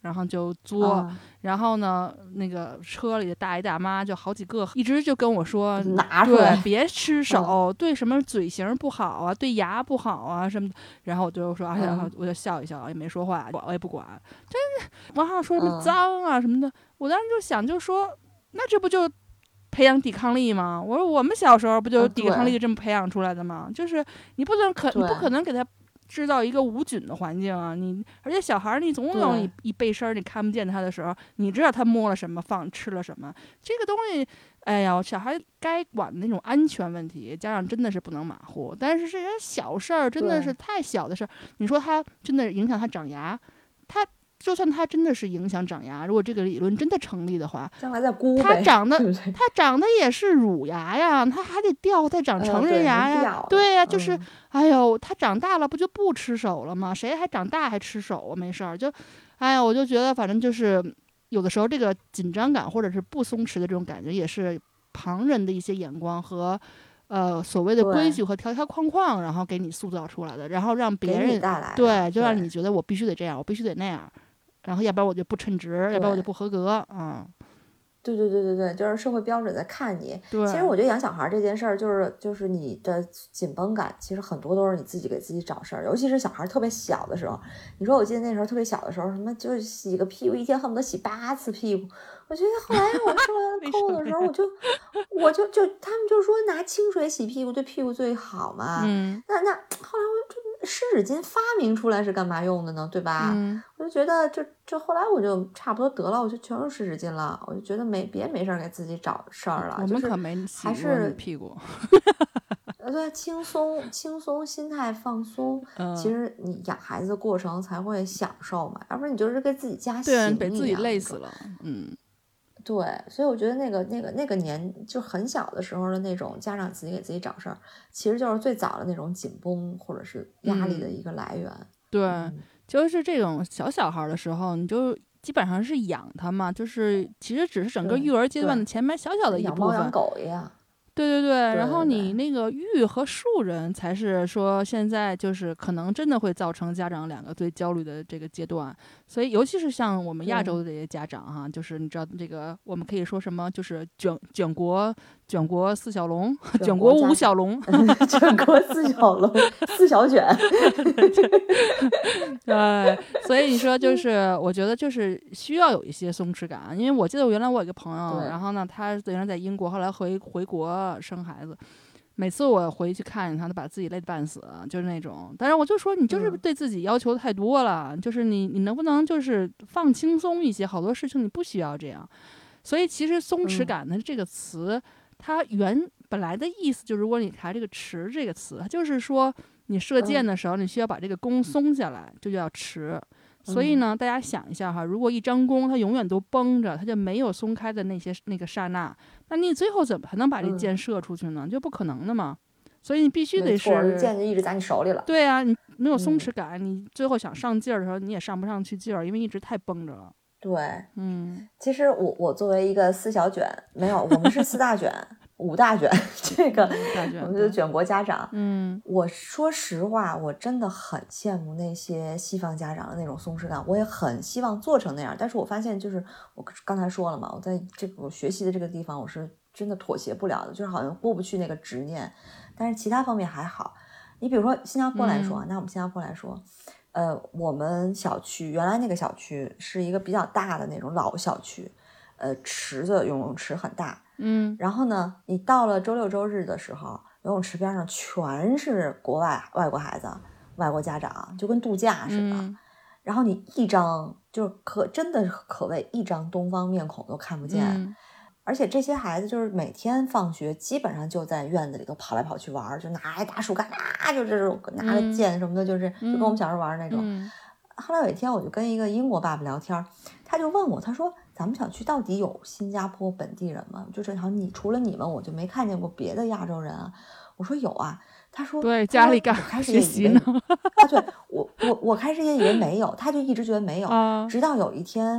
然后就作、 啊、 然后呢那个车里的大爷大妈就好几个一直就跟我说拿出来对别吃手、 嗯、 对什么嘴型不好啊，对牙不好啊什么的，然后我就说哎呀、嗯、我就笑一笑也没说话，我也不管，真是网上说什么脏啊什么的、嗯、我当时就想就说那这不就培养抵抗力吗？我说我们小时候不就抵抗力这么培养出来的吗？嗯、就是你不能可你不可能给他制造一个无菌的环境啊！你而且小孩你总有你一背身你看不见他的时候，你知道他摸了什么，放吃了什么，这个东西，哎呀，小孩该管的那种安全问题，家长真的是不能马虎。但是这些小事儿真的是太小的事儿，你说他真的影响他长牙，他。就算他真的是影响长牙，如果这个理论真的成立的话， 将来再估呗， 他长得对对他长得也是乳牙呀，他还得掉再长成人牙呀， 呃、 对呀、啊，就是、嗯、哎呦，他长大了不就不吃手了吗？谁还长大还吃手啊？没事儿，就哎呀，我就觉得反正就是有的时候这个紧张感或者是不松弛的这种感觉，也是旁人的一些眼光和。呃，所谓的规矩和条条框框，然后给你塑造出来的，然后让别人对，就让你觉得我必须得这样，我必须得那样，然后要不然我就不称职，要不然我就不合格啊。嗯、 对对对对对，就是社会标准在看你。其实我觉得养小孩这件事儿，就是就是你的紧绷感，其实很多都是你自己给自己找事儿，尤其是小孩特别小的时候。你说我记得那时候特别小的时候，什么就是洗个屁股，一天恨不得洗八次屁股。我觉得后来我吃完扣的时候，我就我就就他们就说拿清水洗屁股对屁股最好嘛。 嗯， 那那后来我就湿纸巾发明出来是干嘛用的呢？对吧？ 嗯， 我就觉得这这后来我就差不多得了，我就全用湿纸巾了。我就觉得没别没事给自己找事儿了。 我们可没洗过你屁股。 呃，对，轻松轻松，心态放松、 嗯。 其实你养孩子的过程才会享受嘛，要不然你就是给自己加对， 行被自己累死了。嗯。 对，所以我觉得那个那个那个年就很小的时候的那种家长自己给自己找事儿，其实就是最早的那种紧绷或者是压力的一个来源。 嗯、对、 嗯， 就是这种小小孩的时候，你就基本上是养他嘛，就是其实只是整个育儿阶段的前面小小的一部分， 养猫养狗一样。 对对 对, 对, 对， 然后你那个育和树人才是说现在就是可能真的会造成家长两个最焦虑的这个阶段，所以尤其是像我们亚洲的这些家长哈，就是你知道这个我们可以说什么，就是卷卷国卷国四小龙，卷国五小龙， 卷国四小龙，四小卷。 对，所以你说就是我觉得就是需要有一些松弛感，因为我记得我原来我有一个朋友，然后呢他原来在英国，后来回回国生孩子，每次我回去看见他都把自己累得半死，就是那种。但是我就说你就是对自己要求太多了，嗯、就是你你能不能就是放轻松一些，好多事情你不需要这样。所以其实松弛感的这个词、嗯、它原本来的意思就是，如果你抬这个持这个词，它就是说你射箭的时候你需要把这个弓松下来，这就叫持。所以呢，大家想一下哈，如果一张弓它永远都绷着，它就没有松开的那些那个刹那，那你最后怎么还能把这箭射出去呢？嗯、就不可能的嘛。所以你必须得是箭就一直在你手里了。 对啊，你没有松弛感，嗯、你最后想上劲儿的时候，你也上不上去劲儿，因为一直太绷着了。 对， 嗯， 其实我我作为一个四小卷，没有，我们是四大卷。五大卷，这个我们就卷国家长。 嗯， 我说实话，我真的很羡慕那些西方家长的那种松弛感，我也很希望做成那样。但是我发现，就是我刚才说了嘛，我在这个我学习的这个地方，我是真的妥协不了的，就是好像过不去那个执念。但是其他方面还好。你比如说新加坡来说，嗯、拿我们新加坡来说，呃，我们小区原来那个小区是一个比较大的那种老小区，呃，池子游泳池很大。 嗯， 然后呢，你到了周六周日的时候，游泳池边上全是国外外国孩子、外国家长，就跟度假似的。 嗯、 然后你一张就是可真的可谓一张东方面孔都看不见。 嗯、 而且这些孩子就是每天放学基本上就在院子里头跑来跑去玩，就拿一大树干啊，就这种拿个剑什么的，就是、嗯、就跟我们小时候玩那种。 嗯、 后来有一天，我就跟一个英国爸爸聊天，他就问我，他说：“咱们小区到底有新加坡本地人吗？就正好你除了你们，我就没看见过别的亚洲人啊。”我说：“有啊。”他说：“ 对，家里干学习呢。”啊，对我我我开始也以为没有，他就一直觉得没有， 啊、 直到有一天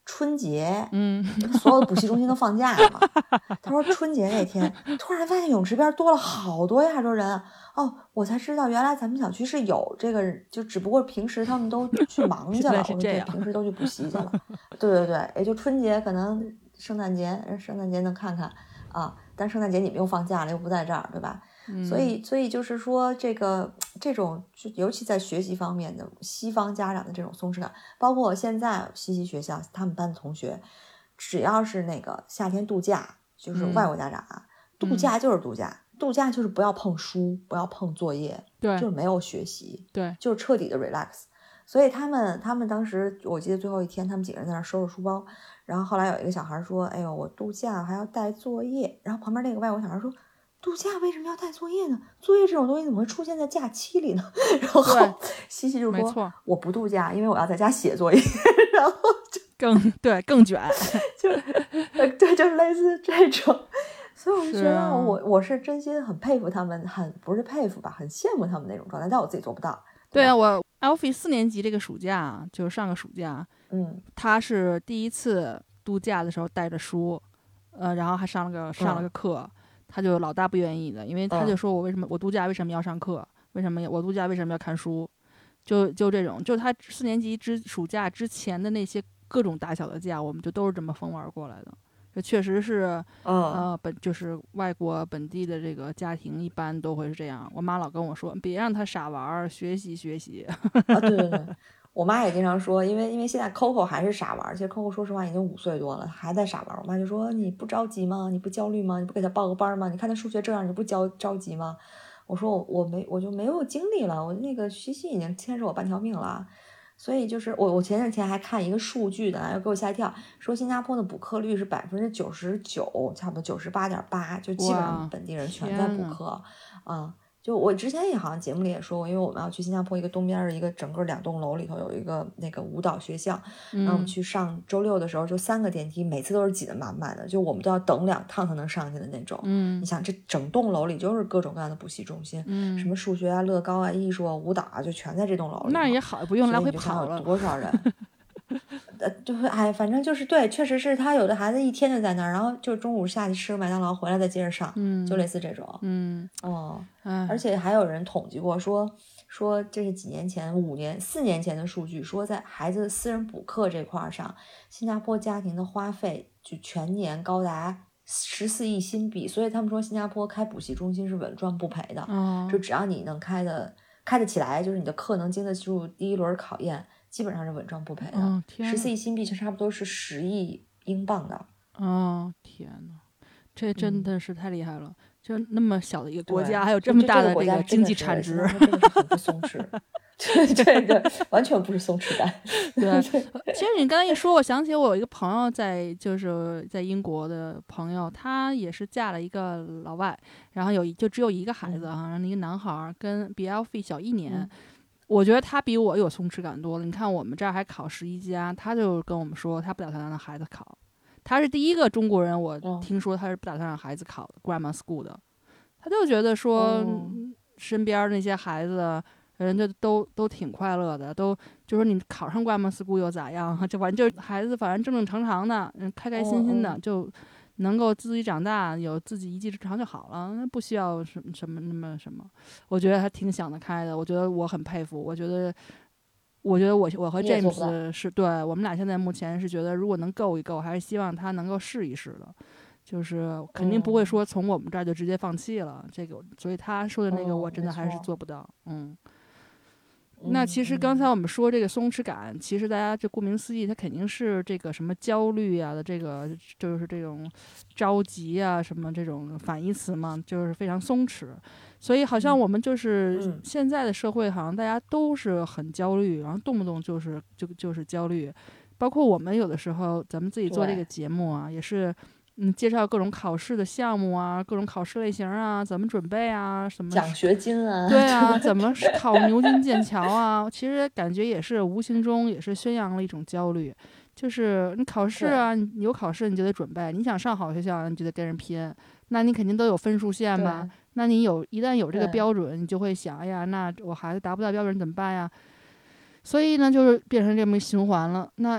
春节， 嗯， 所有的补习中心都放假嘛。他说春节那天突然发现泳池边多了好多亚洲人，哦，我才知道原来咱们小区是有这个，就只不过平时他们都去忙去了，我们对平时都去补习去了。对对对，也就春节可能圣诞节，圣诞节能看看啊，但圣诞节你们又放假了，又不在这儿，对吧？ 嗯、 所以所以就是说这个这种尤其在学习方面的西方家长的这种松弛感，包括现在西西学校他们班的同学，只要是那个夏天度假，就是外国家长啊、嗯、度假就是度假、嗯、度假就是不要碰书，不要碰作业， 对， 就是没有学习， 对， 就是彻底的 relax。所以他们他们当时我记得最后一天他们几个人在那收拾书包，然后后来有一个小孩说，哎呦我度假还要带作业，然后旁边那个外国小孩说，度假为什么要带作业呢？作业这种东西怎么会出现在假期里呢？然后西西就说我不度假，因为我要在家写作业。然后就更对更卷， 就对，就类似这种。所以我就觉得我、啊、我是真心很佩服他们，很不是佩服吧，很羡慕他们那种状态，但我自己做不到。 对啊，我 Alfie 四年级这个暑假，就是上个暑假， 嗯， 他是第一次度假的时候带着书，呃，然后还上了个上了个课。嗯，他就老大不愿意的，因为他就说我为什么、嗯、我度假为什么要上课，为什么我度假为什么要看书，就就这种，就他四年级之暑假之前的那些各种大小的假，我们就都是这么疯玩过来的。这确实是， 嗯、 呃，本就是外国本地的这个家庭一般都会是这样。我妈老跟我说，别让他傻玩，学习学习。 啊，对对对。我妈也经常说，因为因为现在 Coco 还是傻玩，其实 Coco 说实话已经五岁多了，还在傻玩。我妈就说你不着急吗？你不焦虑吗？你不给他报个班吗？你看他数学这样，你不焦着急吗？我说我我没我就没有精力了，我那个西西已经牵着我半条命了。所以就是我我前两天还看一个数据的，要给我吓一跳，说新加坡的补课率是百分之九十九，差不多九十八点八，就基本上本地人全在补课，嗯。就我之前也好像节目里也说过，因为我们要去新加坡一个东边的一个整个两栋楼里头有一个那个舞蹈学校， 嗯、 然后我们去上周六的时候就三个电梯，每次都是挤得满满的，就我们都要等两趟才能上去的那种。 嗯， 你想这整栋楼里就是各种各样的补习中心， 嗯， 什么数学啊、乐高啊、艺术啊、舞蹈啊，就全在这栋楼里。 那也好，不用来回跑了。 有多少人？呃，就是哎，反正就是对，确实是他有的孩子一天就在那儿，然后就中午下去吃个麦当劳，回来再接着上， 嗯， 就类似这种， 嗯， 哦， 嗯， 而且还有人统计过说说这是几年前、五年、四年前的数据，说在孩子私人补课这块上，新加坡家庭的花费就全年高达十四亿新币，所以他们说新加坡开补习中心是稳赚不赔的， 哦， 就只要你能开的开得起来，就是你的课能经得住第一轮考验。基本上是稳赚不赔的，十四亿新币就差不多是十亿英镑的。 哦，天哪，这真的是太厉害了！嗯、就那么小的一个国家， 还有这么大的这个经济产值， 真的是很不松弛。对对对，完全不是松弛感。 对，其实你刚才一说，我想起我有一个朋友在，就是在英国的朋友，她也是嫁了一个老外，然后有就只有一个孩子啊，然后、嗯、一个男孩跟比 Alfie 小一年。嗯，我觉得他比我有松弛感多了。你看我们这儿还考十一加，他就跟我们说他不打算让孩子考。他是第一个中国人，我听说他是不打算让孩子考的、oh. grammar school 的。他就觉得说、oh. 身边那些孩子人家都都挺快乐的，都就说你考上 grammar school 又咋样？就反正就孩子反正正正常常的，开开心心的 oh. 就能够自己长大，有自己一技之长就好了，那不需要什么什么那么什么。我觉得他挺想得开的，我觉得我很佩服。我觉得，我觉得我我和 James 是对我们俩现在目前是觉得，如果能够一够，还是希望他能够试一试的。就是肯定不会说从我们这儿就直接放弃了、嗯、这个，所以他说的那个我真的还是做不到。嗯。那其实刚才我们说这个松弛感，其实大家就顾名思义，它肯定是这个什么焦虑啊的这个，就是这种着急啊什么这种反义词嘛，就是非常松弛。所以好像我们就是现在的社会，好像大家都是很焦虑，然后动不动就是就就是焦虑。包括我们有的时候，咱们自己做这个节目啊，也是。嗯，介绍各种考试的项目啊，各种考试类型啊，怎么准备啊，什么奖学金啊， 对啊，怎么考牛津、剑桥啊？其实感觉也是无形中也是宣扬了一种焦虑，就是你考试啊，你有考试你就得准备，你想上好学校你就得跟人拼，那你肯定都有分数线吧？那你有一旦有这个标准，你就会想，哎呀，那我孩子达不到标准怎么办呀？所以呢，就是变成这么一循环了。那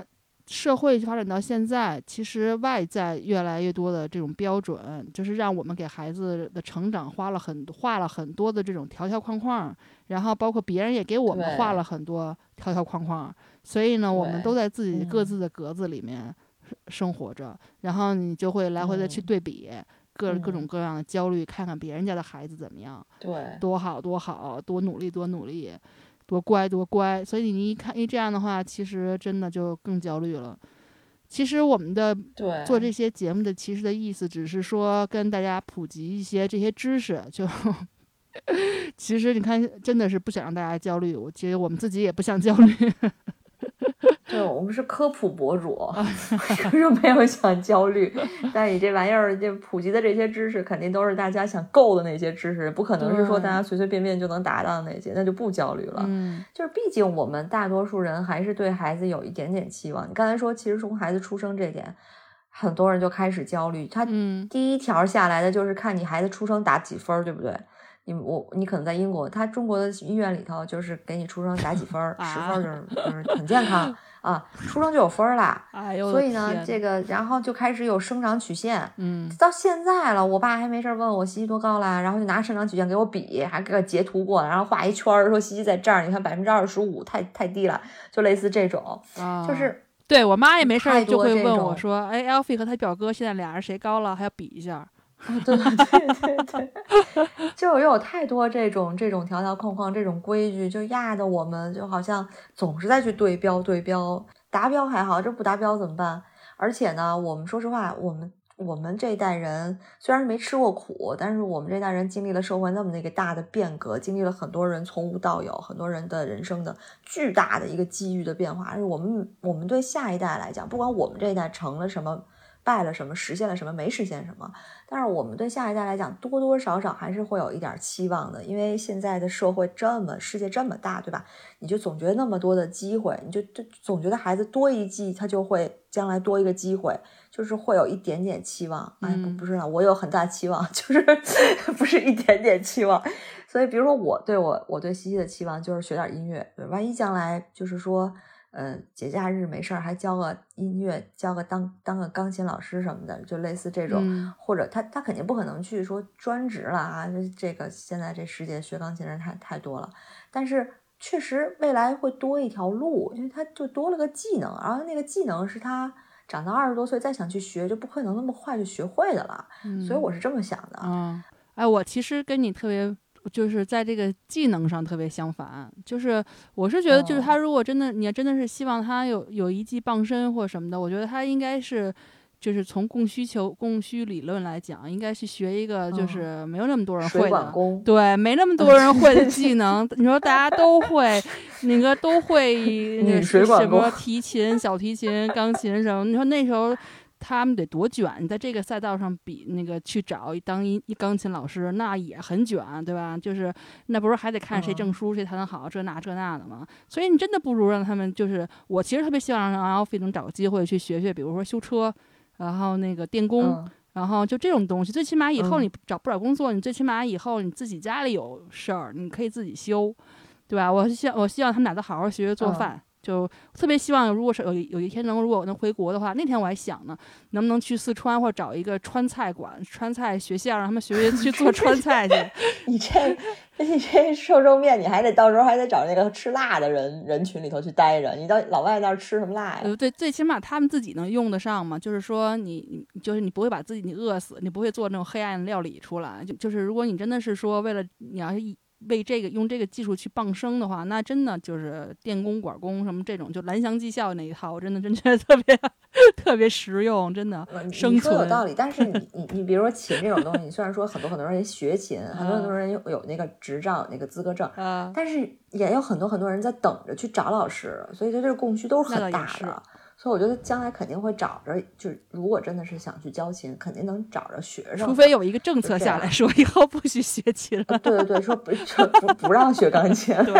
社会发展到现在，其实外在越来越多的这种标准，就是让我们给孩子的成长花了很画了很多的这种条条框框，然后包括别人也给我们画了很多条条框框，所以呢，我们都在自己各自的格子里面生活着，嗯、然后你就会来回的去对比。嗯各各种各样的焦虑，看看别人家的孩子怎么样， 对， 多好多好，多努力多努力，多乖多乖。所以你一看，一这样的话，其实真的就更焦虑了。其实我们的做这些节目的其实的意思，只是说跟大家普及一些这些知识。就其实你看，真的是不想让大家焦虑，我觉得我们自己也不想焦虑。 对，我们是科普博主，就是没有想焦虑。但你这玩意儿，这普及的这些知识，肯定都是大家想够的那些知识，不可能是说大家随随便便就能达到的那些，那就不焦虑了。 嗯， 就是毕竟我们大多数人还是对孩子有一点点期望。你刚才说，其实从孩子出生这点，很多人就开始焦虑。他第一条下来的就是看你孩子出生打几分，对不对？你我你可能在英国，他中国的医院里头就是给你出生打几分，十分就是就是很健康啊，出生就有分啦。 哎呦， 所以呢，这个然后就开始有生长曲线， 嗯， 到现在了，我爸还没事问我西西多高啦，然后就拿生长曲线给我比，还给我截图过来，然后画一圈说西西在这儿，你看百分之二十五，太太低了，就类似这种， 啊、 就是对我妈也没事就会问我说，哎 ，Alfie 和他表哥现在俩人谁高了，还要比一下。 对对对对，就有太多这种这种条条框框这种规矩，就压得我们就好像总是在去对标对标，达标还好，这不达标怎么办？而且呢，我们说实话，我们我们这一代人虽然没吃过苦，但是我们这代人经历了社会那么那个大的变革，经历了很多人从无到有，很多人的人生的巨大的一个机遇的变化。而且我们我们对下一代来讲，不管我们这一代成了什么，败了什么，实现了什么，没实现什么，但是我们对下一代来讲多多少少还是会有一点期望的，因为现在的社会这么世界这么大，对吧？你就总觉得那么多的机会，你就就总觉得孩子多一季他就会将来多一个机会，就是会有一点点期望。哎，不不是啊，我有很大期望，就是不是一点点期望。所以比如说我对我我对西西的期望就是学点音乐，对，万一将来就是说呃，节假日没事儿还教个音乐，教个当当个钢琴老师什么的，就类似这种， 嗯、 或者他他肯定不可能去说专职了啊，这个现在这世界学钢琴人太太多了，但是确实未来会多一条路，因为他就多了个技能，然后那个技能是他长到二十多岁再想去学，就不可能那么快就学会的了， 嗯、 所以我是这么想的。 嗯，哎，我其实跟你特别。就是在这个技能上特别相反，就是我是觉得，就是他如果真的，哦、你要真的是希望他有有一技傍身或什么的，我觉得他应该是，就是从供需求、供需理论来讲，应该去学一个就是没有那么多人会的， 水管工， 对，没那么多人会的技能。你说大家都会，那个都会女水管工， 什么提琴、小提琴、钢琴什么？你说那时候。他们得多卷！你在这个赛道上比那个去找当一一钢琴老师，那也很卷，对吧？就是那不是还得看谁证书、嗯、谁弹得好，这那这那的吗？所以你真的不如让他们就是，我其实特别希望让 Alfie 能找个机会去学学，比如说修车，然后那个电工， 嗯、 然后就这种东西。最起码以后你找不了工作，嗯、你最起码以后你自己家里有事儿，你可以自己修，对吧？我希我希望他们俩都好好学学做饭。嗯就特别希望，如果是有有一天能，如果我能回国的话，那天我还想呢，能不能去四川或者找一个川菜馆、川菜学校，让他们学学去做川菜去。 你这你这受众面，你还得到时候还得找那个吃辣的人人群里头去待着。你到老外那儿吃什么辣呀？ 呃，对，最起码他们自己能用得上嘛。就是说你，你就是你不会把自己你饿死，你不会做那种黑暗料理出来。就就是如果你真的是说为了你要是一。为这个用这个技术去傍生的话，那真的就是电工、管工什么这种，就蓝翔技校那一套，我真的真觉得特别特别实用，真的生存。 你说有道理，但是你你你比如说琴这种东西，你虽然说很多很多人学琴，很多很多人有有那个执照、有那个资格证， 嗯、 但是也有很多很多人在等着去找老师，所以这个供需都是很大的。所以我觉得将来肯定会找着，就是如果真的是想去教琴，肯定能找着学生。 除非有一个政策下来说以后不许学琴了。 对对对，说不不不让学钢琴， 对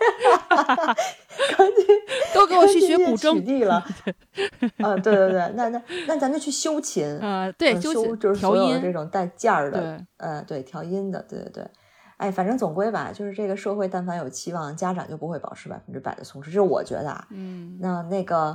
钢琴都给我去学古筝取缔了。啊，对对对，那那那咱就去修琴啊、呃，对， 修琴就是所有的这种带件儿的， 对， 呃，对，调音的，对对对。哎，反正总归吧，就是这个社会，但凡有期望，家长就不会保持百分之百的松弛，这是我觉得啊。 嗯， 那那个。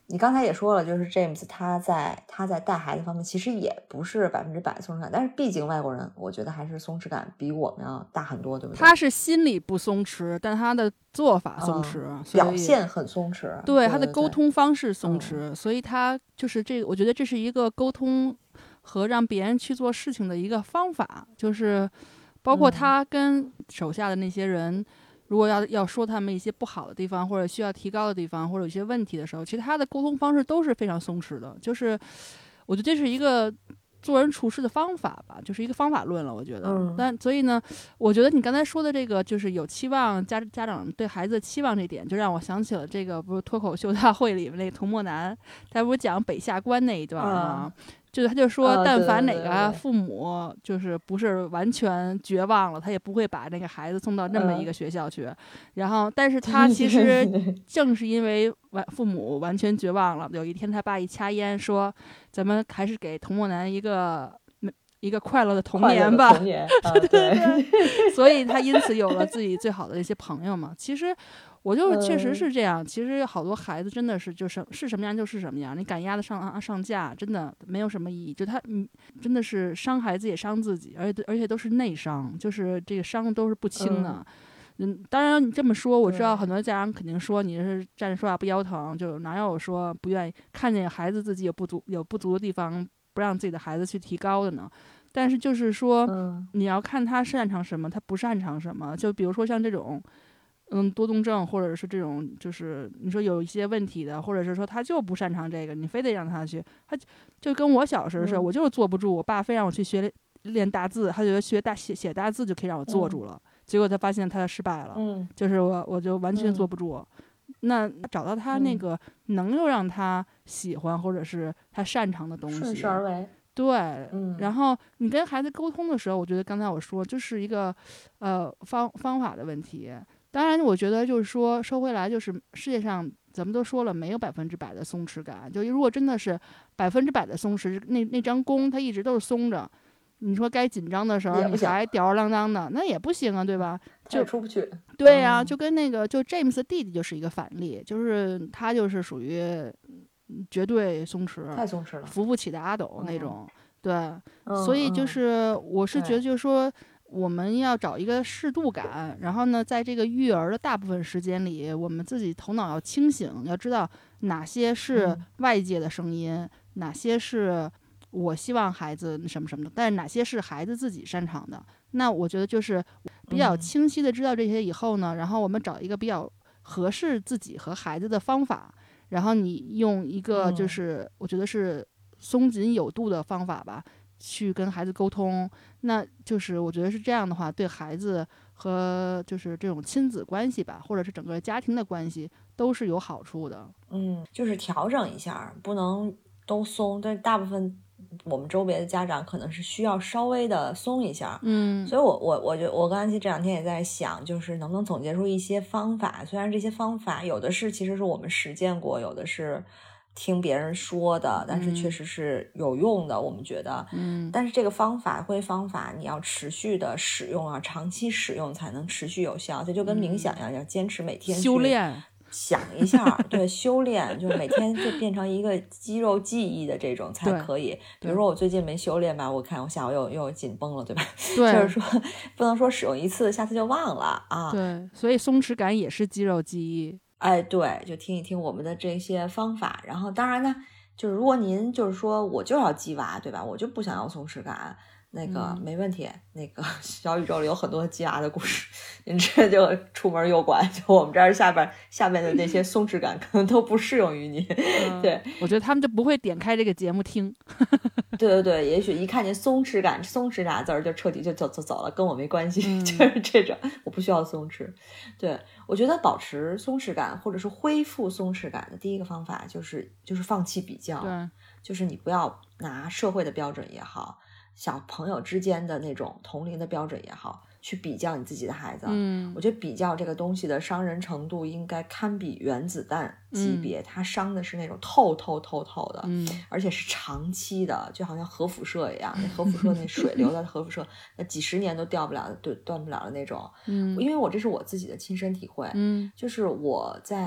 你刚才也说了，就是 James 他在他在带孩子方面其实也不是百分之百的松弛感，但是毕竟外国人，我觉得还是松弛感比我们要大很多，对不对？ 他是心里不松弛，但他的做法松弛， 嗯、 所以表现很松弛。 对， 对他的沟通方式松弛， 嗯、 所以他就是这个，我觉得这是一个沟通和让别人去做事情的一个方法，就是包括他跟手下的那些人。嗯如果要要说他们一些不好的地方，或者需要提高的地方，或者有些问题的时候，其实他的沟通方式都是非常松弛的。就是我觉得这是一个做人处事的方法吧，就是一个方法论了。我觉得， 嗯、 但所以呢，我觉得你刚才说的这个，就是有期望家家长对孩子的期望这点，就让我想起了这个不是脱口秀大会里面那个童漠男，他不是讲北下关那一段吗？嗯就是他就说，但凡哪个父母就是不是完全绝望了，他也不会把那个孩子送到那么一个学校去。然后，但是他其实正是因为完父母完全绝望了，有一天他爸一掐烟说：“咱们还是给童漠男一个一个快乐的童年吧。” 童年， 对对对。所以他因此有了自己最好的一些朋友嘛。其实。我就确实是这样，其实好多孩子真的是就是是什么样就是什么样，你赶鸭子上上架，真的没有什么意义。就他，嗯，真的是伤孩子也伤自己，而且而且都是内伤，就是这个伤都是不轻的。嗯, 嗯，当然你这么说，我知道很多家长肯定说你是站着说话不腰疼，就哪有说不愿意看见孩子自己有不足有不足的地方，不让自己的孩子去提高的呢？但是就是说， 嗯、 你要看他擅长什么，他不擅长什么。就比如说像这种。嗯，多动症或者是这种，就是你说有一些问题的，或者是说他就不擅长这个，你非得让他去，他就跟我小时候似的、嗯，我就是坐不住。我爸非让我去学练大字，他觉得学大写写大字就可以让我坐住了，嗯、结果他发现他失败了， 嗯， 就是我我就完全坐不住。嗯、那找到他那个能够让他喜欢或者是他擅长的东西， 顺势而为。 对， 嗯， 然后你跟孩子沟通的时候，我觉得刚才我说就是一个呃方方法的问题。当然，我觉得就是说，说回来，就是世界上咱们都说了，没有百分之百的松弛感。就如果真的是百分之百的松弛，那那张弓它一直都是松着，你说该紧张的时候你还吊儿郎当的，那也不行啊，对吧？就出不去。 对呀、啊嗯，就跟那个就 James 的弟弟就是一个反例，就是他就是属于绝对松弛， 太松弛了， 扶不起的阿斗那种。嗯、对、 嗯， 所以就是我是觉得就是说。我们要找一个适度感，然后呢，在这个育儿的大部分时间里，我们自己头脑要清醒，要知道哪些是外界的声音，嗯、哪些是我希望孩子什么什么的，但是哪些是孩子自己擅长的。那我觉得就是比较清晰的知道这些以后呢，嗯、然后我们找一个比较合适自己和孩子的方法，然后你用一个就是我觉得是松紧有度的方法吧。去跟孩子沟通，那就是我觉得是这样的话，对孩子和就是这种亲子关系吧，或者是整个家庭的关系都是有好处的。 嗯，就是调整一下，不能都松，但是大部分我们周边的家长可能是需要稍微的松一下。 嗯， 所以我我我觉我刚才这两天也在想，就是能不能总结出一些方法，虽然这些方法有的是其实是我们实践过，有的是听别人说的，但是确实是有用的，嗯、我们觉得， 嗯， 但是这个方法或方法你要持续的使用啊，长期使用才能持续有效，这就跟冥想一样，嗯、要坚持每天修炼， 想一下，对，修炼，就每天就变成一个肌肉记忆的这种才可以。比如说我最近没修炼吧，我看我下午又又紧绷了，对吧？ 对， 就是说不能说使用一次，下次就忘了啊。 对，所以松弛感也是肌肉记忆。 哎，对，就听一听我们的这些方法，然后当然呢，就是如果您就是说我就要鸡娃，对吧？我就不想要松弛感，那个、嗯、没问题。那个小宇宙里有很多鸡娃的故事，您直接就出门右拐，就我们这儿下边下边的那些松弛感可能都不适用于你。嗯、对， 我觉得他们就不会点开这个节目听。 对对对，也许一看见松弛感，松弛俩字儿就彻底就走走走了，跟我没关系，嗯、就是这种，我不需要松弛。对，我觉得保持松弛感或者是恢复松弛感的第一个方法就是就是放弃比较， 对， 就是你不要拿社会的标准也好，小朋友之间的那种同龄的标准也好，去比较你自己的孩子。 嗯， 我觉得比较这个东西的伤人程度应该堪比原子弹级别，嗯、它伤的是那种透透透透的， 嗯， 而且是长期的，就好像核辐射一样，那核辐射那水流的核辐射，那几十年都掉不了、对断不了的那种。 嗯， 因为我这是我自己的亲身体会， 嗯， 就是我在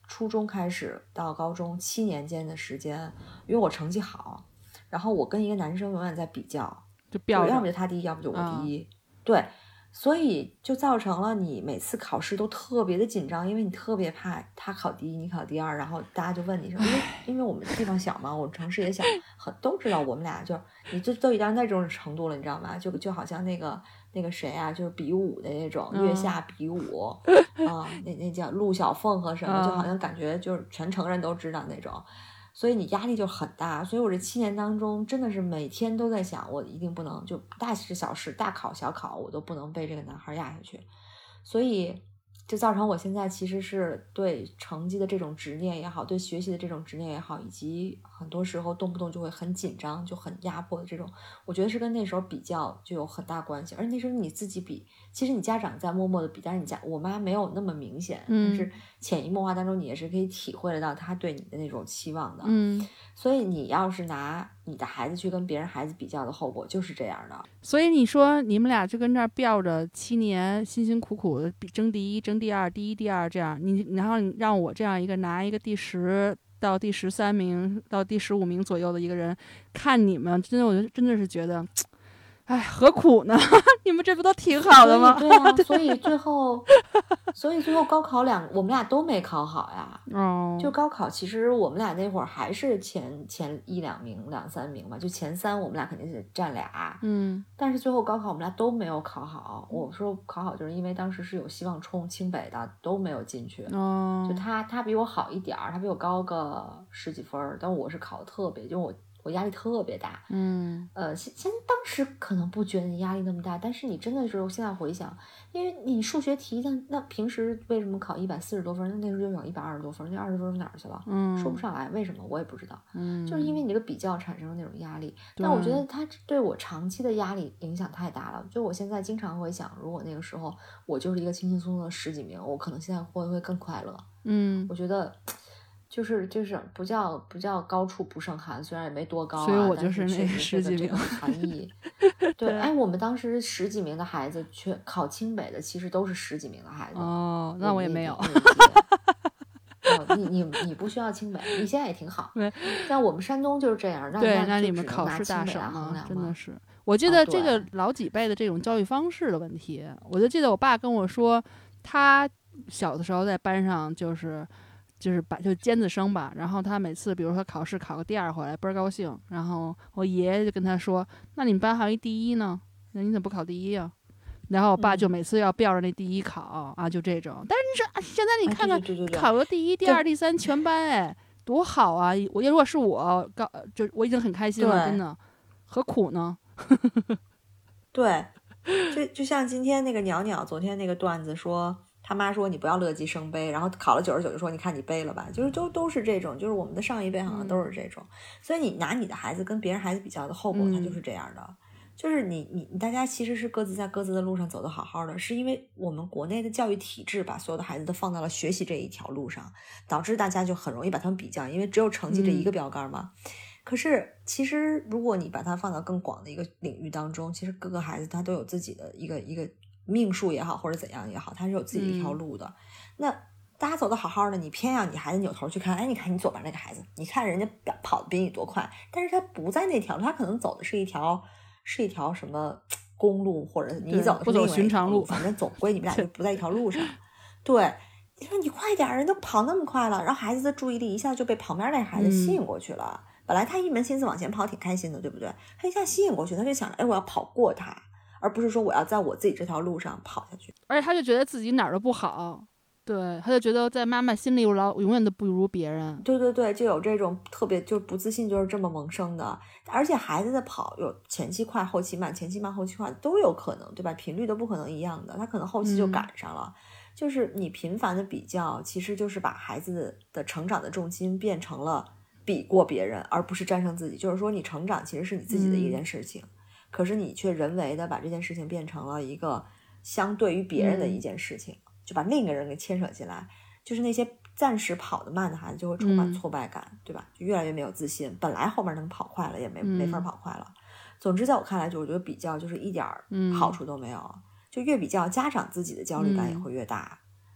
初中开始到高中七年间的时间，因为我成绩好，然后我跟一个男生永远在比较， 就标要不就他第一，要不就我第一，嗯、对。所以就造成了你每次考试都特别的紧张，因为你特别怕他考第一你考第二，然后大家就问你说，因为因为我们地方小嘛，我们城市也小，很都知道我们俩就你就都已经到那种程度了，你知道吗？就就好像那个那个谁啊，就是比武的那种、嗯、月下比武啊、呃，那那叫陆小凤和什么、嗯，就好像感觉就是全城人都知道那种。所以你压力就很大，所以我这七年当中真的是每天都在想，我一定不能就大事小事大考小考我都不能被这个男孩压下去，所以就造成我现在其实是对成绩的这种执念也好，对学习的这种执念也好，以及很多时候动不动就会很紧张就很压迫的这种，我觉得是跟那时候比较就有很大关系。而那时候你自己比，其实你家长在默默的比，但是你家我妈没有那么明显、嗯、但是潜移默化当中你也是可以体会得到她对你的那种期望的。 嗯， 所以你要是拿你的孩子去跟别人孩子比较的后果就是这样的。 所以你说你们俩就跟这儿吊着七年辛辛苦苦的争第一争第二第一第二这样，你然后你让我这样一个拿一个第十到第十三名到第十五名左右的一个人看你们，真的我就真的是觉得哎，何苦呢？你们这不都挺好的吗？ 对啊，所以最后，所以最后高考两，我们俩都没考好呀。 哦， 就高考，其实我们俩那会儿还是前前一两名、两三名嘛，就前三我们俩肯定是占俩。 嗯， 但是最后高考我们俩都没有考好。我说考好就是因为当时是有希望冲清北的，都没有进去。 哦， 就他他比我好一点儿，他比我高个十几分，但我是考的特别，就我。我压力特别大， 嗯， 呃，现现当时可能不觉得你压力那么大，但是你真的是现在回想，因为你数学题，那那平时为什么考一百四十多分？那那时候就考一百二十多分，那二十分哪儿去了？ 嗯， 说不上来，为什么我也不知道， 嗯， 就是因为你这个比较产生了那种压力。但我觉得它对我长期的压力影响太大了。就我现在经常会想，如果那个时候我就是一个轻轻松松的十几名，我可能现在会会更快乐。 嗯， 我觉得。就是就是不叫不叫高处不胜寒，虽然也没多高、啊， 所以我就是那个十几名含义。对，哎，我们当时十几名的孩子，去考清北的，其实都是十几名的孩子。 哦，那我也没有。 哦，你你你不需要清北，你现在也挺好。像我们山东就是这样， 对， 那你们考试大省嘛， 真的是。我记得这个老几辈的这种教育方式的问题，哦、我就记得我爸跟我说，他小的时候在班上就是。就是把就尖子生吧，然后他每次比如说考试考个第二回来倍儿高兴，然后我爷爷就跟他说，那你们班还有一第一呢，那你怎么不考第一啊？然后我爸就每次要吊着那第一考、嗯、啊，就这种。但是你说现在你看看、 啊、对对对对考个第一第二第三全班，哎多好啊，我如果是我高就我已经很开心了，真的何苦呢？ 对，就就像今天那个袅袅昨天那个段子说他妈说你不要乐极生悲，然后考了九十九就说你看你背了吧，就是都都是这种，就是我们的上一辈好像都是这种、嗯、所以你拿你的孩子跟别人孩子比较的后果它就是这样的、嗯、就是你你大家其实是各自在各自的路上走得好好的，是因为我们国内的教育体制把所有的孩子都放到了学习这一条路上，导致大家就很容易把他们比较，因为只有成绩这一个标杆嘛、嗯、可是其实如果你把它放到更广的一个领域当中，其实各个孩子他都有自己的一个一个命数也好或者怎样也好，他是有自己的一条路的、嗯、那大家走得好好的，你偏要你孩子扭头去看，哎，你看你左边那个孩子，你看人家跑得比你多快，但是他不在那条路，他可能走的是一条是一条什么公路，或者你走的是另外一条路，反正总归你们俩就不在一条路上。对，你说你快点，人都跑那么快了，然后孩子的注意力一下就被旁边那孩子吸引过去了、嗯、本来他一门心思往前跑挺开心的，对不对？他一下吸引过去，他就想着，哎，我要跑过他，而不是说我要在我自己这条路上跑下去， 而且他就觉得自己哪儿都不好，对，他就觉得在妈妈心里老永远都不如别人。 对对对，就有这种特别就不自信，就是这么萌生的。而且孩子的跑有前期快后期慢，前期慢后期快都有可能，对吧？频率都不可能一样的，他可能后期就赶上了、嗯、就是你频繁的比较其实就是把孩子的成长的重心变成了比过别人，而不是战胜自己。就是说你成长其实是你自己的一件事情、嗯、可是你却人为的把这件事情变成了一个相对于别人的一件事情、嗯、就把另一个人给牵扯进来，就是那些暂时跑得慢的孩子就会充满挫败感、嗯、对吧？就越来越没有自信，本来后面能跑快了也没、嗯、没法跑快了。总之在我看来，就我觉得比较就是一点好处都没有、嗯、就越比较家长自己的焦虑感也会越大、嗯、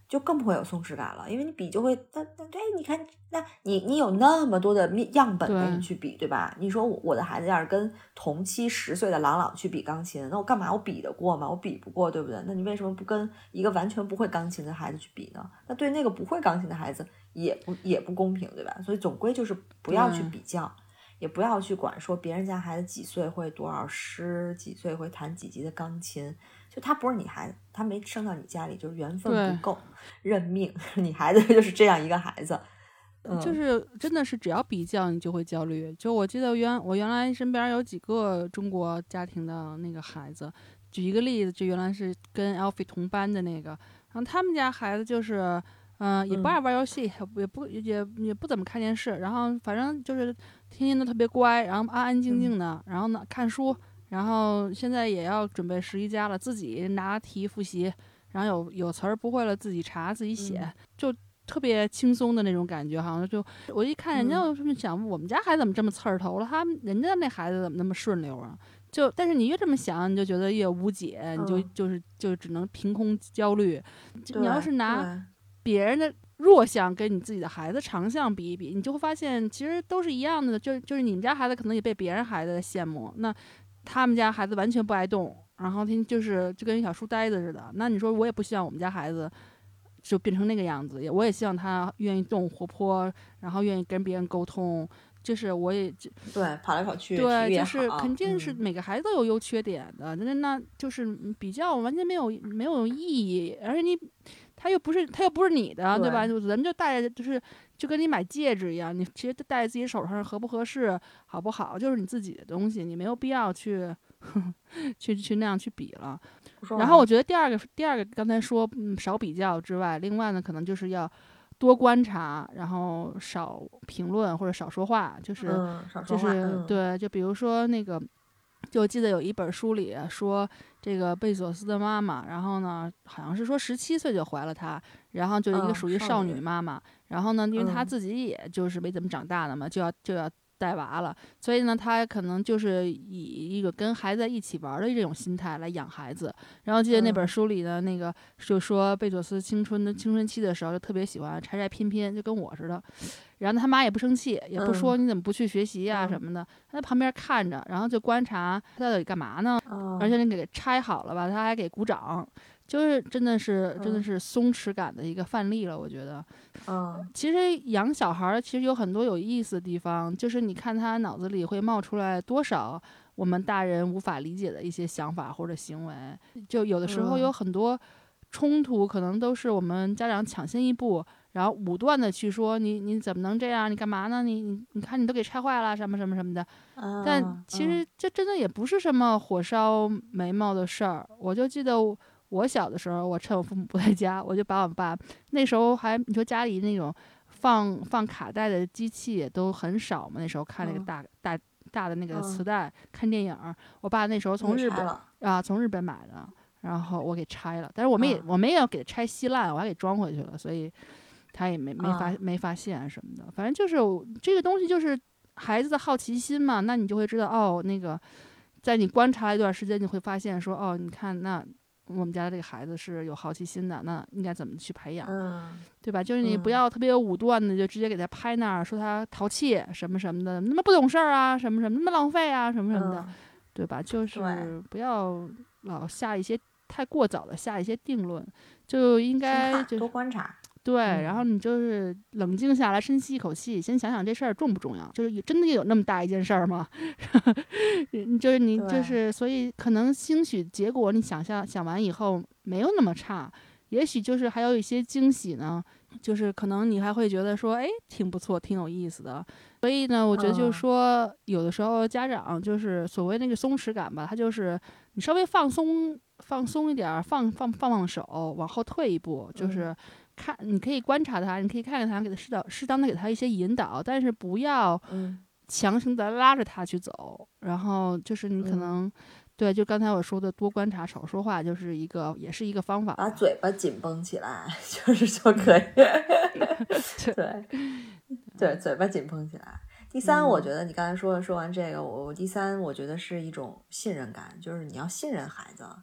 就更不会有松弛感了，因为你比就会，那那对，你看，那你你有那么多的样本给你去比，对吧？你说我的孩子要是跟同期十岁的朗朗去比钢琴，那我干嘛？我比得过吗？我比不过，对不对？那你为什么不跟一个完全不会钢琴的孩子去比呢？那对那个不会钢琴的孩子也不也不公平，对吧？所以总归就是不要去比较，也不要去管说别人家孩子几岁会多少诗，几岁会弹几级的钢琴。就他不是你孩子，他没生到你家里，就是缘分不够，认命。你孩子就是这样一个孩子，嗯、 就是真的是只要比较你就会焦虑。就我记得原我原来身边有几个中国家庭的那个孩子，举一个例子，就原来是跟 Alfie 同班的那个，然后他们家孩子就是，嗯、呃，也不爱玩游戏，嗯、也不也也不怎么看电视，然后反正就是天天都特别乖，然后安安静静的，嗯、然后呢看书。然后现在也要准备十一家了，自己拿题复习，然后有有词儿不会了自己查自己写， 嗯、 就特别轻松的那种感觉，好像就我一看人家，我就想、嗯、我们家孩子怎么这么刺儿头了，他们人家那孩子怎么那么顺溜啊？就但是你越这么想，你就觉得越无解，你就就是就只能凭空焦虑。你要是拿别人的弱项跟你自己的孩子长项比一比，你就会发现其实都是一样的，就就是你们家孩子可能也被别人孩子羡慕，那他们家孩子完全不爱动，然后天就是就跟一小书呆子似的。那你说我也不希望我们家孩子就变成那个样子，也我也希望他愿意动、活泼，然后愿意跟别人沟通。就是我也对跑来跑去， 对，就是肯定是每个孩子都有优缺点的，那、嗯、那就是比较完全没有没有意义，而且你他又不是他又不是你的， 对, 对吧？人就带着就是就跟你买戒指一样，你其实戴在自己手上合不合适、好不好，就是你自己的东西，你没有必要去去去那样去比了。然后我觉得第二个第二个刚才说嗯少比较之外，另外呢可能就是要多观察，然后少评论或者少说话，就是、 嗯、 就是、 嗯、 对，就比如说那个，就记得有一本书里说这个贝索斯的妈妈，然后呢好像是说十七岁就怀了他，然后就是一个属于少女妈妈， 嗯、 然后呢因为她自己也就是没怎么长大的嘛，就要就要带娃了，所以呢他可能就是以一个跟孩子一起玩的这种心态来养孩子。然后记得那本书里的那个就说贝佐斯青春的青春期的时候就特别喜欢拆拆拼拼，就跟我似的，然后他妈也不生气，也不说你怎么不去学习呀、啊、什么的，他在旁边看着，然后就观察他到底干嘛呢，而且你给拆好了吧他还给鼓掌，就是真的是真的是松弛感的一个范例了，我觉得。 嗯， 其实养小孩其实有很多有意思的地方，就是你看他脑子里会冒出来多少我们大人无法理解的一些想法或者行为，就有的时候有很多冲突可能都是我们家长抢先一步，然后武断的去说你你怎么能这样，你干嘛呢，你你你看你都给拆坏了什么什么什么的，但其实这真的也不是什么火烧眉毛的事儿。我就记得我我小的时候，我趁我父母不在家，我就把我爸那时候还你说家里那种放放卡带的机器都很少嘛，那时候看那个大、嗯、大大的那个磁带、嗯、看电影，我爸那时候从日本啊从日本买的，然后我给拆了，但是我们也、嗯、我们也要给它拆稀烂，我还给装回去了，所以他也没没发、嗯、没发现什么的。反正就是这个东西就是孩子的好奇心嘛，那你就会知道哦，那个在你观察一段时间，你会发现说哦，你看那。我们家这个孩子是有好奇心的，那应该怎么去培养、 嗯、 对吧？就是你不要特别武断的就直接给他拍那儿，说他淘气什么什么的，那么不懂事儿啊，什么什么那么浪费啊，什么什么的、嗯、对吧？就是不要老下一些太过早的下一些定论，就应该就多观察。 对、 嗯， 然后你就是冷静下来，深吸一口气，先想想这事儿重不重要，就是真的有那么大一件事儿吗？就是你就是所以可能兴许结果你想象想完以后没有那么差，也许就是还有一些惊喜呢，就是可能你还会觉得说哎挺不错挺有意思的。所以呢我觉得就是说、嗯、有的时候家长就是所谓那个松弛感吧，他就是你稍微放松放松一点，放放放放手，往后退一步，就是看你可以观察他，你可以看看他，给他适当适当的给他一些引导，但是不要强行的拉着他去走、嗯、然后就是你可能、嗯、对，就刚才我说的多观察少说话，就是一个也是一个方法， 把嘴巴紧绷起来就是就可以对对，嘴巴紧绷起来。第三、嗯、我觉得你刚才说说完这个，我我第三我觉得是一种信任感，就是你要信任孩子，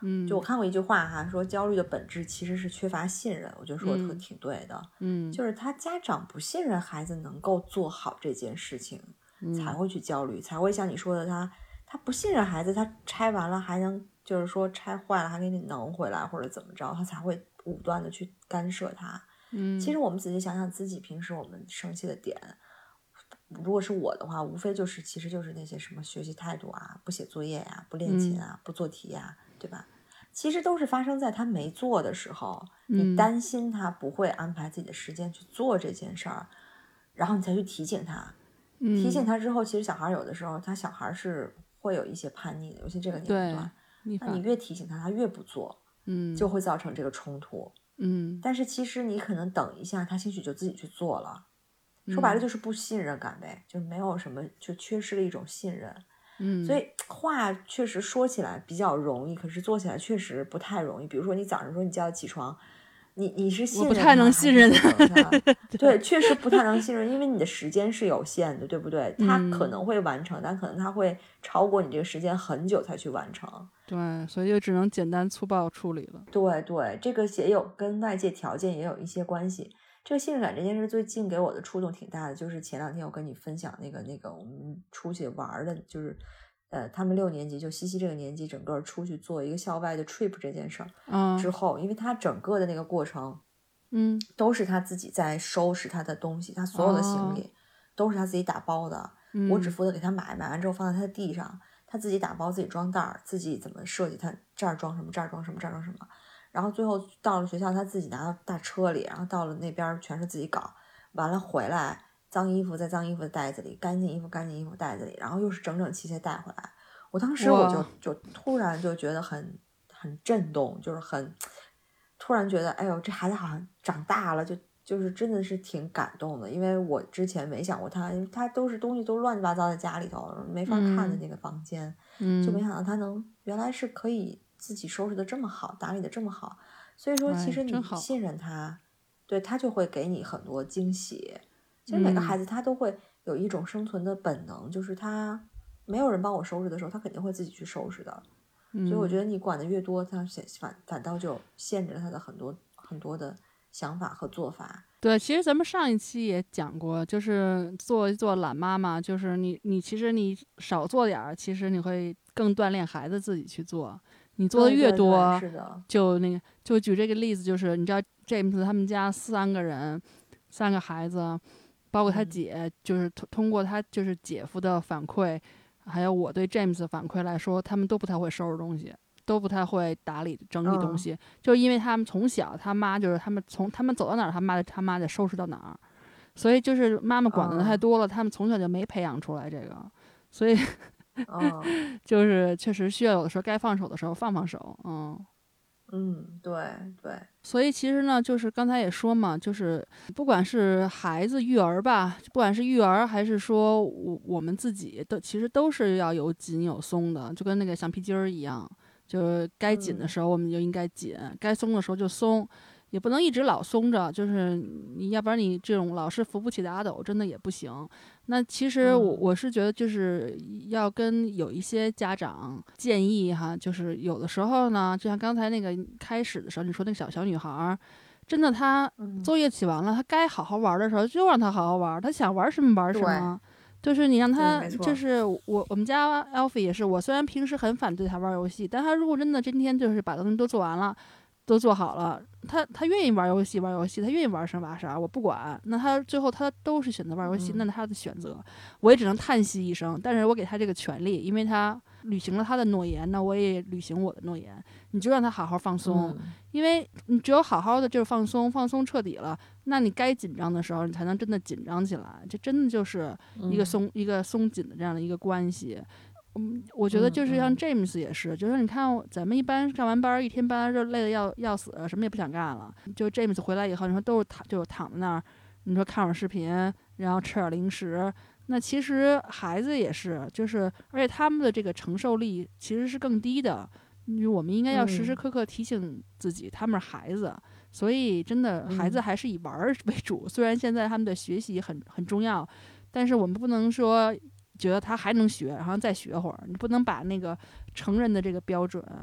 嗯， 就我看过一句话哈，说焦虑的本质其实是缺乏信任，我觉得说的特挺对的。 嗯， 就是他家长不信任孩子能够做好这件事情， 嗯、 才会去焦虑，才会像你说的，他他不信任孩子，他拆完了还能就是说拆坏了还给你能回来或者怎么着，他才会武断的去干涉他。 嗯， 其实我们仔细想想自己平时我们生气的点，如果是我的话，无非就是其实就是那些什么学习态度啊，不写作业呀、啊，不练琴啊、嗯，不做题呀、啊，对吧？其实都是发生在他没做的时候，你担心他不会安排自己的时间去做这件事儿，然后你才去提醒他。提醒他之后，其实小孩有的时候他小孩是会有一些叛逆的，尤其这个年龄段，那你越提醒他，他越不做， 嗯， 就会造成这个冲突。 嗯， 但是其实你可能等一下，他兴许就自己去做了。说白了就是不信任感呗，就没有什么，就缺失了一种信任。 嗯， 所以话确实说起来比较容易，可是做起来确实不太容易。比如说你早上说你叫他起床，你你是信任他， 我不太能信任他，对，确实不太能信任，因为你的时间是有限的，对不对？他可能会完成，嗯、但可能他会超过你这个时间很久才去完成。 对，所以就只能简单粗暴处理了。 对对，这个也有跟外界条件也有一些关系。这个信任感这件事最近给我的触动挺大的，就是前两天我跟你分享那个那个我们出去玩的，就是呃他们六年级就西西这个年纪整个出去做一个校外的 trip 这件事儿、 嗯、 之后，因为他整个的那个过程， 嗯， 都是他自己在收拾他的东西，他所有的行李、哦、都是他自己打包的、嗯，我只负责给他买，买完之后放在他的地上，他自己打包自己装袋，自己怎么设计，他这儿装什么这儿装什么这儿装什么。然后最后到了学校，他自己拿到大车里，然后到了那边全是自己搞，完了回来，脏衣服在脏衣服的袋子里，干净衣服干净衣服袋子里，然后又是整整齐齐带回来。我当时我就就突然就觉得很很震动，就是很突然觉得，哎呦，这孩子好像长大了，就就是真的是挺感动的，因为我之前没想过他，他都是东西都乱七八糟在家里头，没法看的那个房间， 嗯， 就没想到他能原来是可以自己收拾的这么好，打理的这么好，所以说其实你信任他，对他就会给你很多惊喜。其实每个孩子他都会有一种生存的本能，嗯、就是他没有人帮我收拾的时候，他肯定会自己去收拾的。 嗯、 所以我觉得你管的越多，他反反倒就限制了他的很多很多的想法和做法。 对，其实咱们上一期也讲过，就是做一做懒妈妈，就是你你其实你少做点儿，其实你会更锻炼孩子自己去做。你做的越多， 对对对，是的， 就那个就举这个例子，就是你知道 James 他们家三个人，三个孩子，包括他姐，嗯、就是通过他就是姐夫的反馈，还有我对 James 的反馈来说，他们都不太会收拾东西。都不太会打理整理东西，嗯、就因为他们从小他妈就是他们从他们走到哪儿，他妈他妈得收拾到哪儿，所以就是妈妈管的太多了，嗯、他们从小就没培养出来这个，所以， 嗯、 就是确实需要有的时候该放手的时候放放手，嗯。 嗯，对对。 所以其实呢，就是刚才也说嘛，就是不管是孩子育儿吧，不管是育儿还是说我我们自己都其实都是要有紧有松的，就跟那个橡皮筋儿一样。就是该紧的时候我们就应该紧，嗯、该松的时候就松，也不能一直老松着，就是你要不然你这种老是扶不起的阿斗真的也不行。那其实我我是觉得就是要跟有一些家长建议哈，就是有的时候呢，就像刚才那个开始的时候你说那个小小女孩，真的她作业写完了，她该好好玩的时候就让她好好玩，她想玩什么玩什么。就是你让他，就是我我们家 Alfie 也是，我虽然平时很反对他玩游戏，但他如果真的今天就是把东西都做完了，都做好了，他他愿意玩游戏玩游戏，他愿意玩啥玩啥，我不管。那他最后他都是选择玩游戏， 嗯、 那他的选择，我也只能叹息一声。但是我给他这个权利，因为他履行了他的诺言，那我也履行我的诺言。你就让他好好放松， 嗯、 因为你只有好好的就是放松，放松彻底了，那你该紧张的时候，你才能真的紧张起来。这真的就是一个松、嗯、一个松紧的这样的一个关系。嗯，我觉得就是像 James 也是，嗯嗯、就是你看咱们一般上完班一天班就累得要要死，什么也不想干了。就 James 回来以后，你说都是躺就躺在那儿，你说看会儿视频，然后吃点零食。那其实孩子也是，就是而且他们的这个承受力其实是更低的。我们应该要时时刻刻提醒自己，嗯、他们是孩子，所以真的孩子还是以玩为主。嗯、虽然现在他们的学习很很重要，但是我们不能说觉得他还能学，然后再学会儿。你不能把那个成人的这个标准，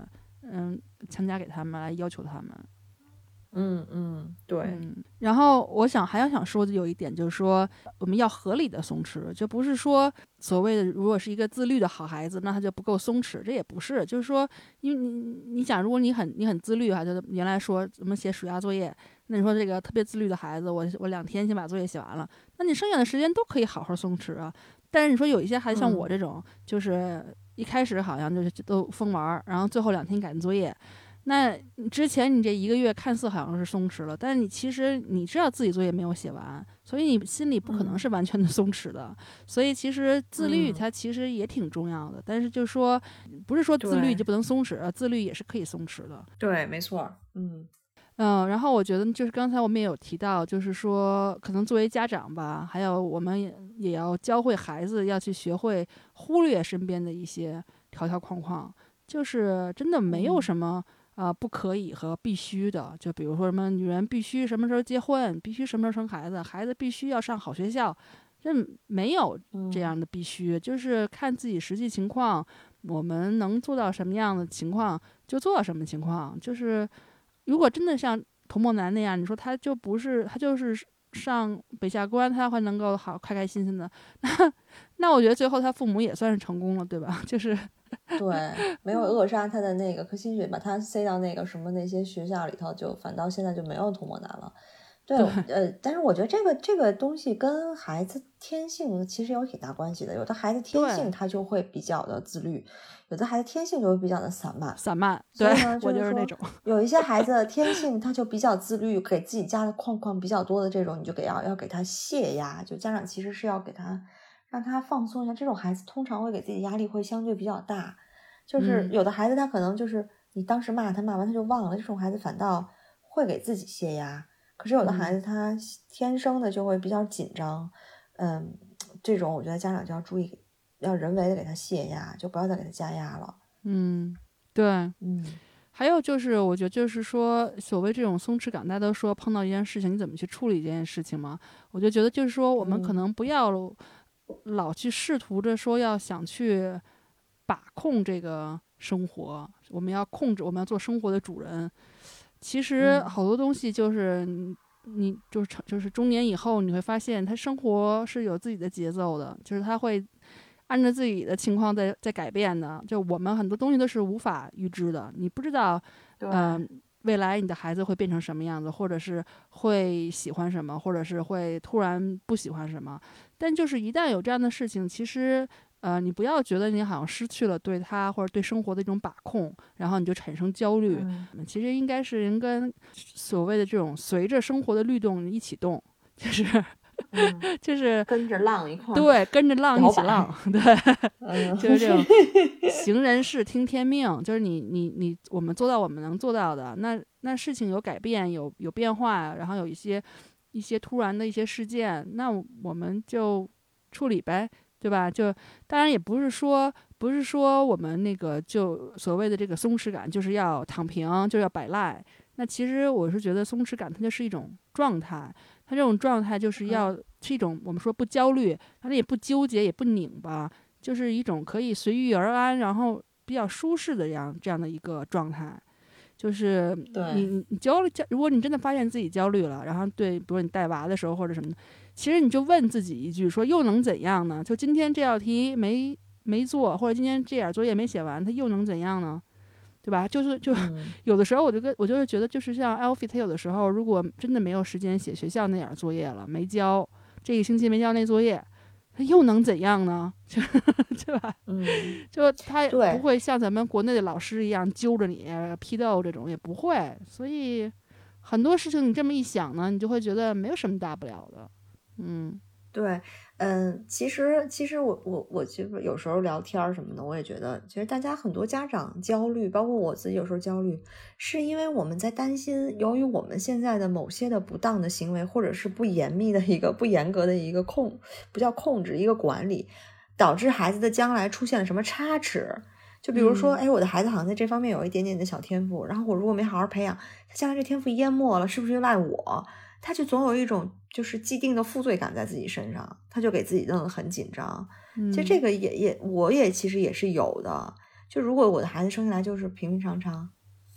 嗯强加给他们，来要求他们。 嗯嗯，对。 嗯，然后我想还要想说的有一点就是说，我们要合理的松弛，就不是说所谓的如果是一个自律的好孩子，那他就不够松弛，这也不是。就是说，因为你你想，如果你很你很自律哈，就原来说怎么写暑假作业，那你说这个特别自律的孩子，我我两天先把作业写完了，那你剩下的时间都可以好好松弛啊。但是你说有一些孩子像我这种，嗯、就是一开始好像就是都疯玩，然后最后两天赶作业。那之前你这一个月看似好像是松弛了，但是你其实你知道自己作业没有写完，所以你心里不可能是完全的松弛的。嗯、所以其实自律它其实也挺重要的，嗯、但是就说不是说自律就不能松弛，自律也是可以松弛的。 对，没错。嗯嗯，然后我觉得就是刚才我们也有提到，就是说可能作为家长吧，还有我们也也要教会孩子要去学会忽略身边的一些条条框框，就是真的没有什么。嗯啊、呃，不可以和必须的，就比如说什么女人必须什么时候结婚，必须什么时候生孩子，孩子必须要上好学校，这没有这样的必须，嗯、就是看自己实际情况，我们能做到什么样的情况就做到什么情况。就是如果真的像童梦楠那样，你说他就不是他就是上北下关，他会能够好开开心心的，那那我觉得最后他父母也算是成功了，对吧？就是。 对，没有扼杀他的那个颗心血，把他塞到那个什么那些学校里头，就反倒现在就没有童梦楠了。对， 对呃，但是我觉得这个这个东西跟孩子天性其实有挺大关系的。有的孩子天性他就会比较的自律，有的孩子天性就会比较的散漫。 散漫，对， 我就是那种。 有一些孩子天性他就比较自律，给自己加的框框比较多的这种，你就给要要给他泄压，就家长其实是要给他让他放松一下。这种孩子通常会给自己压力会相对比较大。就是有的孩子他可能就是你当时骂他骂完他就忘了，这种孩子反倒会给自己泄压。可是有的孩子他天生的就会比较紧张，嗯，这种我觉得家长就要注意，要人为的给他泄压，就不要再给他加压了。 嗯，对， 嗯。 还有就是我觉得就是说所谓这种松弛感，大家都说碰到一件事情你怎么去处理这件事情嘛，我就觉得就是说我们可能不要老去试图着说要想去把控这个生活，我们要控制，我们要做生活的主人。其实好多东西就是你，你就是就是中年以后，你会发现他生活是有自己的节奏的，就是他会按照自己的情况在在改变的。就我们很多东西都是无法预知的，你不知道，嗯、呃，未来你的孩子会变成什么样子，或者是会喜欢什么，或者是会突然不喜欢什么。但就是一旦有这样的事情，其实。呃，你不要觉得你好像失去了对他或者对生活的一种把控，然后你就产生焦虑。嗯、其实应该是应该所谓的这种随着生活的律动一起动，就是、嗯、就是跟着浪一块， 对，跟着浪一起浪，对，嗯、就是这种行人事听天命，就是你你你我们做到我们能做到的，那那事情有改变有有变化，然后有一些一些突然的一些事件，那我们就处理呗。对吧？就当然也不是说不是说我们那个就所谓的这个松弛感就是要躺平，就要摆赖。那其实我是觉得松弛感它就是一种状态，它这种状态就是要、嗯、是一种我们说不焦虑，它也不纠结也不拧巴，就是一种可以随遇而安，然后比较舒适的这样这样的一个状态。就是你你焦虑，如果你真的发现自己焦虑了，然后对，比如你带娃的时候或者什么的，其实你就问自己一句，说又能怎样呢？就今天这道题没没做，或者今天这点作业没写完，它又能怎样呢？对吧？就是就、嗯、有的时候我就跟我就是觉得，就是像 Alfie 他有的时候如果真的没有时间写学校那点作业了，没交这一星期没交那作业。他又能怎样呢？对吧？嗯，就他不会像咱们国内的老师一样揪着你批斗，这种也不会。所以很多事情你这么一想呢，你就会觉得没有什么大不了的。嗯， 对，嗯，其实其实我我我其实有时候聊天什么的，我也觉得，其实大家很多家长焦虑，包括我自己有时候焦虑，是因为我们在担心，由于我们现在的某些的不当的行为，或者是不严密的一个不严格的一个控，不叫控制，一个管理，导致孩子的将来出现了什么差池。就比如说，哎、嗯，我的孩子好像在这方面有一点点的小天赋，然后我如果没好好培养，他将来这天赋淹没了，是不是就赖我？他就总有一种就是既定的负罪感在自己身上，他就给自己弄得很紧张。 嗯、 其实这个也也我也其实也是有的。就如果我的孩子生下来就是平平常常，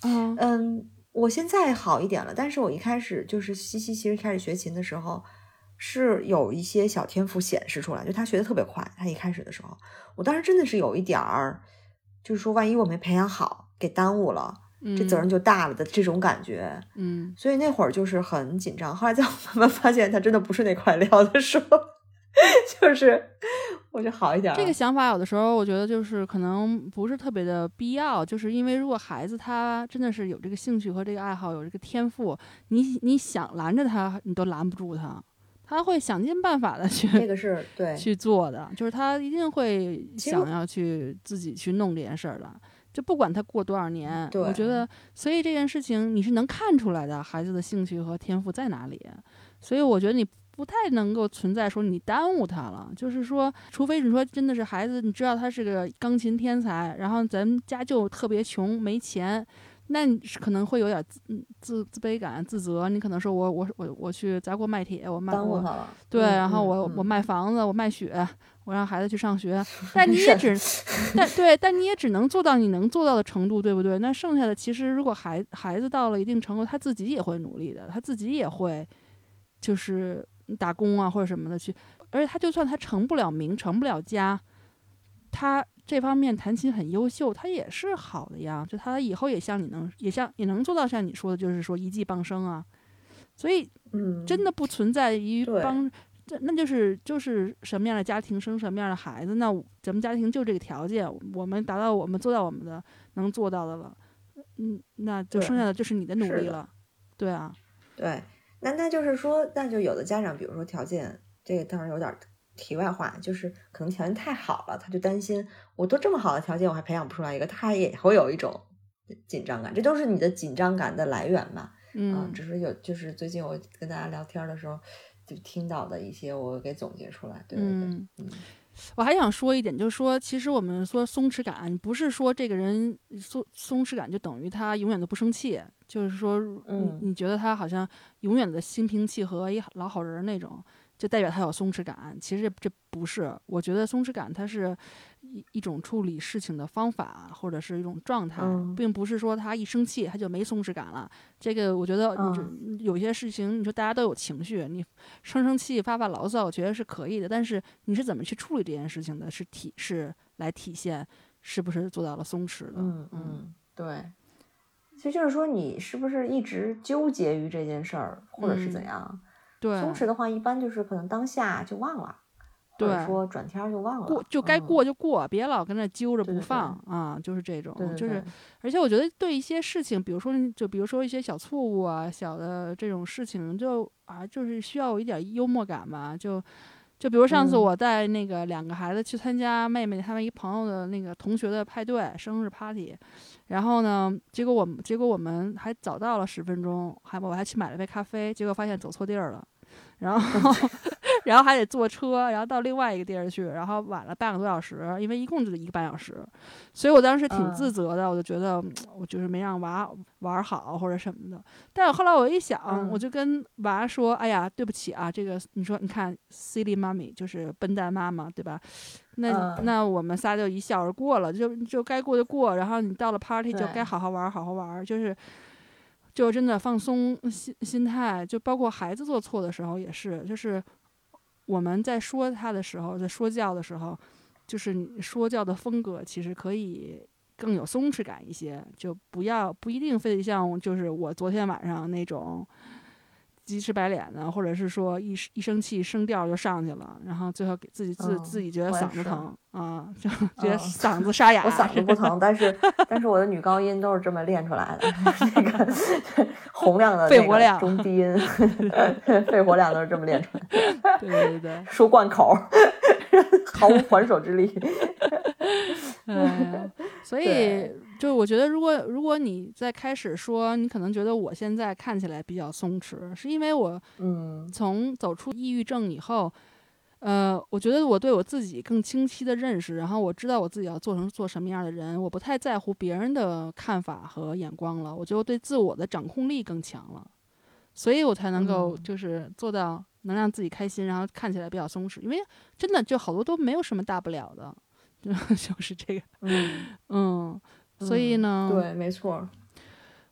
嗯嗯，我现在好一点了，但是我一开始就是西西其实开始学琴的时候是有一些小天赋显示出来，就他学的特别快，他一开始的时候，我当时真的是有一点儿，就是说万一我没培养好，给耽误了，这责任就大了的这种感觉。 嗯， 所以那会儿就是很紧张。后来在我慢慢发现他真的不是那块料的时候，就是我就好一点了。 这个想法有的时候我觉得就是可能不是特别的必要，就是因为如果孩子他真的是有这个兴趣和这个爱好，有这个天赋，你你想拦着他，你都拦不住他。他会想尽办法的去， 这个是对去做的，就是他一定会想要去自己去弄这件事儿的，就不管他过多少年，我觉得，所以这件事情你是能看出来的，孩子的兴趣和天赋在哪里，所以我觉得你不太能够存在说你耽误他了，就是说，除非你说真的是孩子，你知道他是个钢琴天才，然后咱们家就特别穷，没钱。那你可能会有点自自自卑感、自责。你可能说我我我我去砸锅卖铁，我卖耽误他了。 对， 嗯、 然后我、 嗯、 我卖房子，我卖血，我让孩子去上学。但你也只，但对，但你也只能做到你能做到的程度，对不对？那剩下的其实，如果孩孩子到了一定程度，他自己也会努力的，他自己也会就是打工啊或者什么的去，而且他就算他成不了名、成不了家，他。这方面弹琴很优秀，他也是好的呀。就他以后也像你能，也像也能做到像你说的，就是说一技傍身啊。所以， 嗯， 真的不存在于帮，这那就是就是什么样的家庭生什么样的孩子。那咱们家庭就这个条件，我们达到我们做到我们的能做到的了，嗯，那就剩下的就是你的努力了。对啊， 对，那那就是说，那就有的家长，比如说条件，这个当然有点。题外话，就是可能条件太好了，他就担心我都这么好的条件，我还培养不出来一个，他也会有一种紧张感，这都是你的紧张感的来源嘛。 嗯、 啊，只是有就是最近我跟大家聊天的时候就听到的一些，我给总结出来。对对对， 嗯，嗯我还想说一点，就是说，其实我们说松弛感，不是说这个人松松弛感就等于他永远都不生气，就是说， 嗯， 你觉得他好像永远的心平气和，一老好人那种。就代表他有松弛感，其实这不是。我觉得松弛感它是一一种处理事情的方法，或者是一种状态， 嗯、 并不是说他一生气他就没松弛感了。这个我觉得嗯、 有些事情，你说大家都有情绪，你生生气发发牢骚，我觉得是可以的。但是你是怎么去处理这件事情的，是体是来体现是不是做到了松弛的。 嗯嗯，对。其实就是说，你是不是一直纠结于这件事儿，或者是怎样？ 嗯对， 松弛的话，一般就是可能当下就忘了，或者说转天就忘了， 过就该过就过， 嗯、 别老跟那揪着不放对对对啊，就是这种， 对对对就是，而且我觉得对一些事情，比如说就比如说一些小错误啊，小的这种事情，就啊，就是需要有一点幽默感吧，就就比如上次我带那个两个孩子去参加妹妹他们一朋友的那个同学的派对生日 party， 然后呢，结果我们结果我们还早到了十分钟，还我还去买了杯咖啡，结果发现走错地儿了。然后，然后还得坐车，然后到另外一个地儿去，然后晚了半个多小时，因为一共就一个半小时，所以我当时挺自责的，嗯、我就觉得我就是没让娃玩好或者什么的。但是后来我一想， 嗯、 我就跟娃说：“哎呀，对不起啊，这个你说你看 ，silly mommy 就是笨蛋妈妈，对吧？那、 嗯、 那我们仨就一笑而过了，就就该过就过，然后你到了 party 就该好好玩，好好玩，就是。”就真的放松心心态，就包括孩子做错的时候也是，就是我们在说他的时候，在说教的时候，就是你说教的风格其实可以更有松弛感一些，就不要不一定非得像就是我昨天晚上那种鸡翅白脸的，或者是说一一生气声调就上去了，然后最后给自己自、嗯、自己觉得嗓子疼啊，就觉得嗓子沙哑。 我嗓子不疼，但是但是我的女高音都是这么练出来的，那个洪亮的肺活量、 中低音，肺活量都是这么练出来的。对对对， 输贯口，毫无还手之力。 嗯，所以就我觉得，如果如果你在开始说，你可能觉得我现在看起来比较松弛，是因为我嗯从走出抑郁症以后，呃，我觉得我对我自己更清晰的认识，然后我知道我自己要做成做什么样的人，我不太在乎别人的看法和眼光了，我就对自我的掌控力更强了，所以我才能够就是做到能让自己开心，然后看起来比较松弛，因为真的就好多都没有什么大不了的。就是这个， 嗯嗯，所以呢， 嗯、对，没错。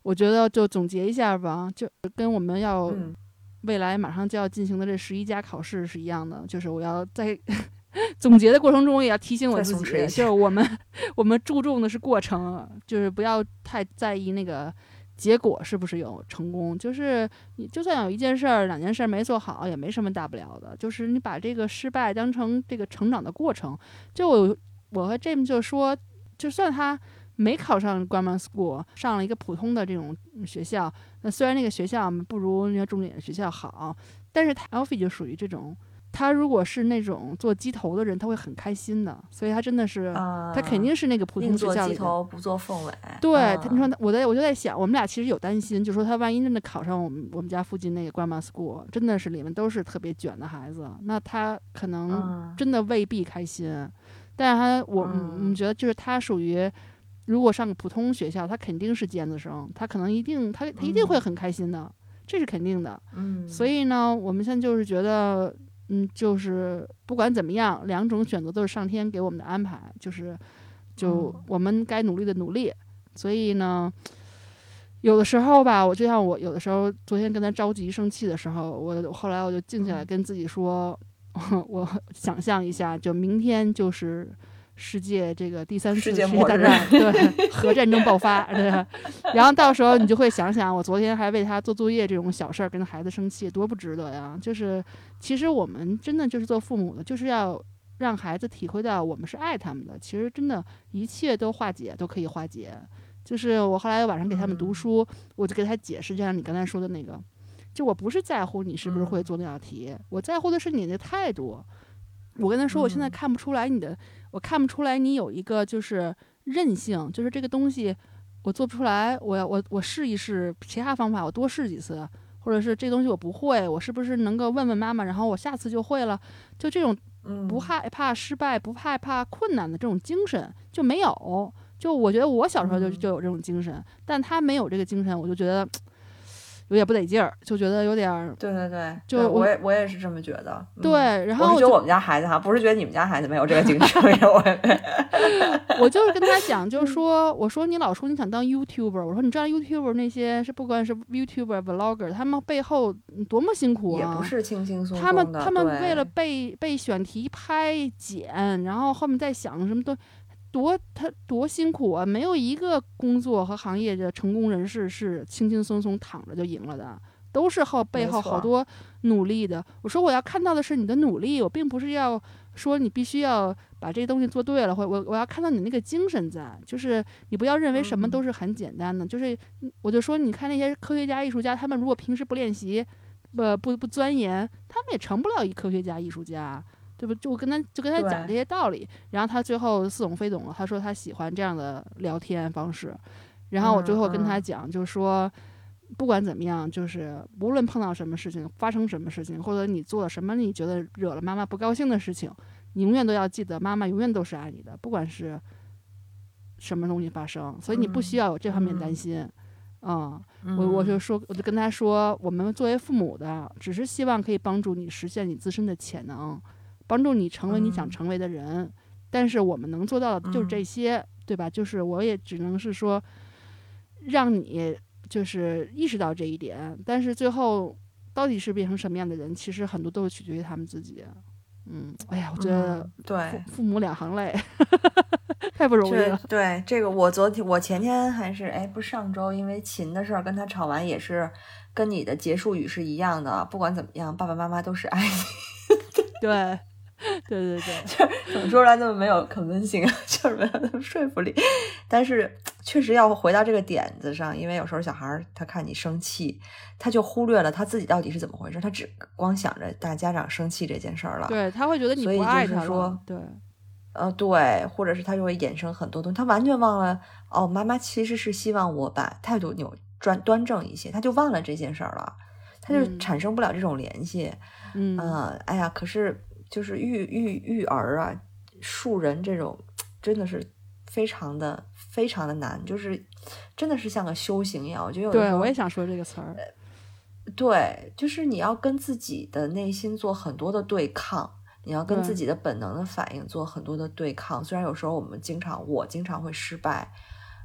我觉得就总结一下吧，就跟我们要嗯未来马上就要进行的这十一家考试是一样的，就是我要在总结的过程中也要提醒我自己，就是我们我们注重的是过程，就是不要太在意那个结果是不是有成功，就是你就算有一件事儿两件事儿没做好也没什么大不了的，就是你把这个失败当成这个成长的过程。就我我和 James 就说，就算他没考上 grammar school， 上了一个普通的这种学校，那虽然那个学校不如那些重点学校好，但是 Alfie 就属于这种，他如果是那种做鸡头的人，他会很开心的，所以他真的是， 呃、 他肯定是那个普通学校里的。 宁做鸡头不做凤尾。 对， 呃、 他你说我在我就在想，我们俩其实有担心，就说他万一真的考上我们我们家附近那个 grammar school， 真的是里面都是特别卷的孩子，那他可能真的未必开心。嗯、但是他我我们觉得就是他属于。如果上个普通学校，他肯定是尖子生，他可能一定他他一定会很开心的，嗯、这是肯定的。 嗯， 所以呢，我们现在就是觉得，嗯，就是不管怎么样，两种选择都是上天给我们的安排，就是就我们该努力的努力。嗯、所以呢，有的时候吧，我就像我有的时候昨天跟他着急生气的时候，我后来我就静下来跟自己说，嗯、我想象一下，就明天就是。世界这个第三次世界大战，对，核战争爆发，对，然后到时候你就会想想，我昨天还为他做作业这种小事儿跟孩子生气，多不值得呀！就是其实我们真的就是做父母的，就是要让孩子体会到我们是爱他们的。其实真的，一切都化解，都可以化解。就是我后来晚上给他们读书，嗯、我就给他解释，就像你刚才说的那个，就我不是在乎你是不是会做那道题，嗯、我在乎的是你的态度。我跟他说，我现在看不出来你的，嗯、我看不出来你有一个就是韧性，就是这个东西我做不出来，我要我我试一试其他方法，我多试几次，或者是这东西我不会，我是不是能够问问妈妈，然后我下次就会了，就这种不害怕失败、不害怕困难的这种精神就没有。就我觉得我小时候就就有这种精神，嗯、但他没有这个精神，我就觉得。有点不得劲儿，就觉得有点对对对， 就对我也我也是这么觉得。 对， 嗯、 然后我是觉得我们家孩子哈，不是觉得你们家孩子没有这个精神。我我就是跟他讲，就是说，我说你老说你想当 YouTuber， 我说你知道 YouTuber 那些是不管是 YouTuber、Vlogger， 他们背后多么辛苦啊， 也不是轻轻松松的。 他们他们为了背背选题、拍剪，然后后面再想什么都。多他多辛苦啊！没有一个工作和行业的成功人士是轻轻松松躺着就赢了的，都是后背后好多努力的。我说我要看到的是你的努力，我并不是要说你必须要把这些东西做对了，或我我要看到你那个精神在，就是你不要认为什么都是很简单的。嗯、就是我就说，你看那些科学家、艺术家，他们如果平时不练习，不不不钻研，他们也成不了一科学家、艺术家。对不？就跟他就跟他讲这些道理，然后他最后似懂非懂了。他说他喜欢这样的聊天方式，然后我最后跟他讲，就说不管怎么样，就是无论碰到什么事情，发生什么事情，或者你做了什么你觉得惹了妈妈不高兴的事情，你永远都要记得，妈妈永远都是爱你的，不管是什么东西发生，所以你不需要有这方面担心。嗯，嗯我我就说，我就跟他说，我们作为父母的，只是希望可以帮助你实现你自身的潜能。帮助你成为你想成为的人，嗯、但是我们能做到的就是这些，嗯、对吧？就是我也只能是说，让你就是意识到这一点，但是最后到底是变成什么样的人，其实很多都是取决于他们自己。嗯，哎呀，我觉得父、 嗯、对父母两行泪，太不容易了。 对这个，我昨天我前天还是哎，不是上周，因为琴的事儿跟他吵完，也是跟你的结束语是一样的。不管怎么样，爸爸妈妈都是爱你。 对。对对对， 就是怎么说出来那么没有 convincing， 就是没有那么说服力。但是确实要回到这个点子上，因为有时候小孩他看你生气，他就忽略了他自己到底是怎么回事，他只光想着大家长生气这件事儿了。 对，他会觉得你不爱他了。 说对， 呃，对，或者是他就会衍生很多东西，他完全忘了哦，妈妈其实是希望我把态度扭端端正一些，他就忘了这件事儿了，他就产生不了这种联系。 嗯， 呃、哎呀，可是。就是育育育儿啊，树人这种真的是非常的非常的难，就是真的是像个修行一样。我觉得有的时候， 对，我也想说这个词儿。 对，就是你要跟自己的内心做很多的对抗，你要跟自己的本能的反应做很多的对抗。虽然有时候我们经常，我经常会失败，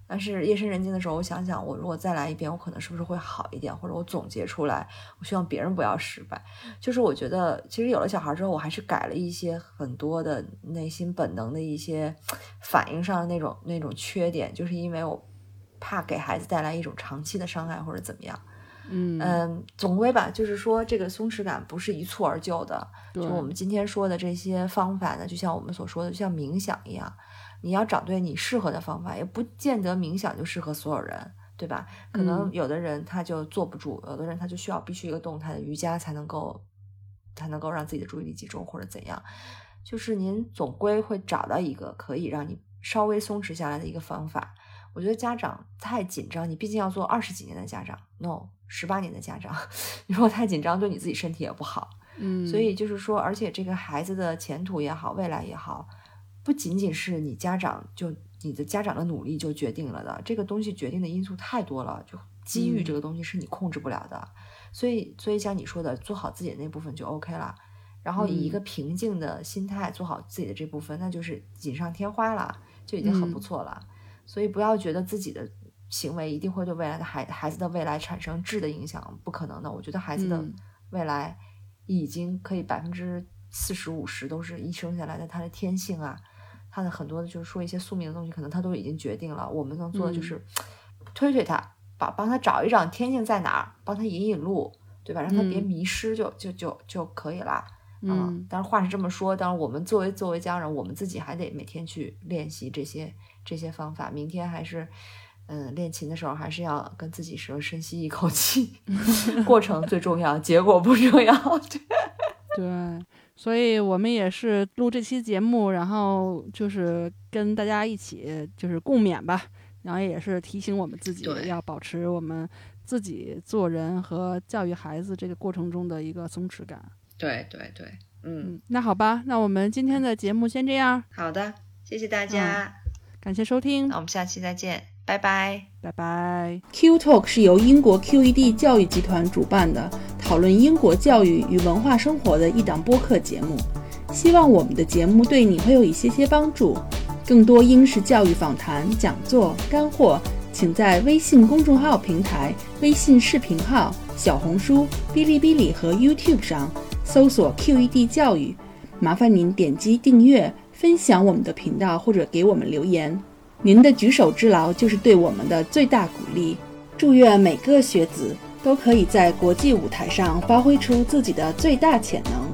但是夜深人静的时候，我想想，我如果再来一遍，我可能是不是会好一点，或者我总结出来，我希望别人不要失败。就是我觉得，其实有了小孩之后，我还是改了一些很多的内心本能的一些反应上的那种那种缺点，就是因为我怕给孩子带来一种长期的伤害或者怎么样。 嗯嗯，总归吧，就是说这个松弛感不是一蹴而就的。就我们今天说的这些方法呢，就像我们所说的，就像冥想一样，你要找对你适合的方法，也不见得冥想就适合所有人，对吧？可能有的人他就坐不住，嗯、有的人他就需要必须一个动态的瑜伽才能够才能够让自己的注意力集中或者怎样。就是您总归会找到一个可以让你稍微松弛下来的一个方法。我觉得家长太紧张，你毕竟要做二十几年的家长 ，no， 十八年的家长，你如果太紧张，对你自己身体也不好。 嗯， 所以就是说，而且这个孩子的前途也好，未来也好，不仅仅是你家长就你的家长的努力就决定了的，这个东西决定的因素太多了，就机遇这个东西是你控制不了的。嗯、所以，所以像你说的，做好自己的那部分就 OK 了。然后以一个平静的心态做好自己的这部分，嗯、那就是锦上添花了，就已经很不错了。嗯、所以不要觉得自己的行为一定会对未来的孩孩子的未来产生质的影响，不可能的。我觉得孩子的未来已经可以百分之四十五十都是一生下来的他的天性啊，他的很多的就是说一些宿命的东西，可能他都已经决定了。我们能做的就是推推他，帮帮他找一找天性在哪儿，帮他引引路，对吧？让他别迷失就，就就就就可以了。嗯，当然话是这么说，当然我们作为作为家长，我们自己还得每天去练习这些这些方法。明天还是，嗯，练琴的时候还是要跟自己说深吸一口气，过程最重要，结果不重要。 对，所以我们也是录这期节目，然后就是跟大家一起就是共勉吧，然后也是提醒我们自己要保持我们自己做人和教育孩子这个过程中的一个松弛感。 对对对，嗯, 嗯，那好吧，那我们今天的节目先这样。 好的，谢谢大家， 嗯、感谢收听， 那我们下期再见，拜拜， 拜拜。 Q Talk 是由英国 Q E D 教育集团主办的，讨论英国教育与文化生活的一档播客节目。希望我们的节目对你会有一些些帮助。更多英式教育访谈、讲座、干货，请在微信公众号平台、微信视频号、小红书、哔哩哔哩和 YouTube 上搜索 Q E D 教育，麻烦您点击订阅、分享我们的频道或者给我们留言。您的举手之劳就是对我们的最大鼓励。祝愿每个学子都可以在国际舞台上发挥出自己的最大潜能。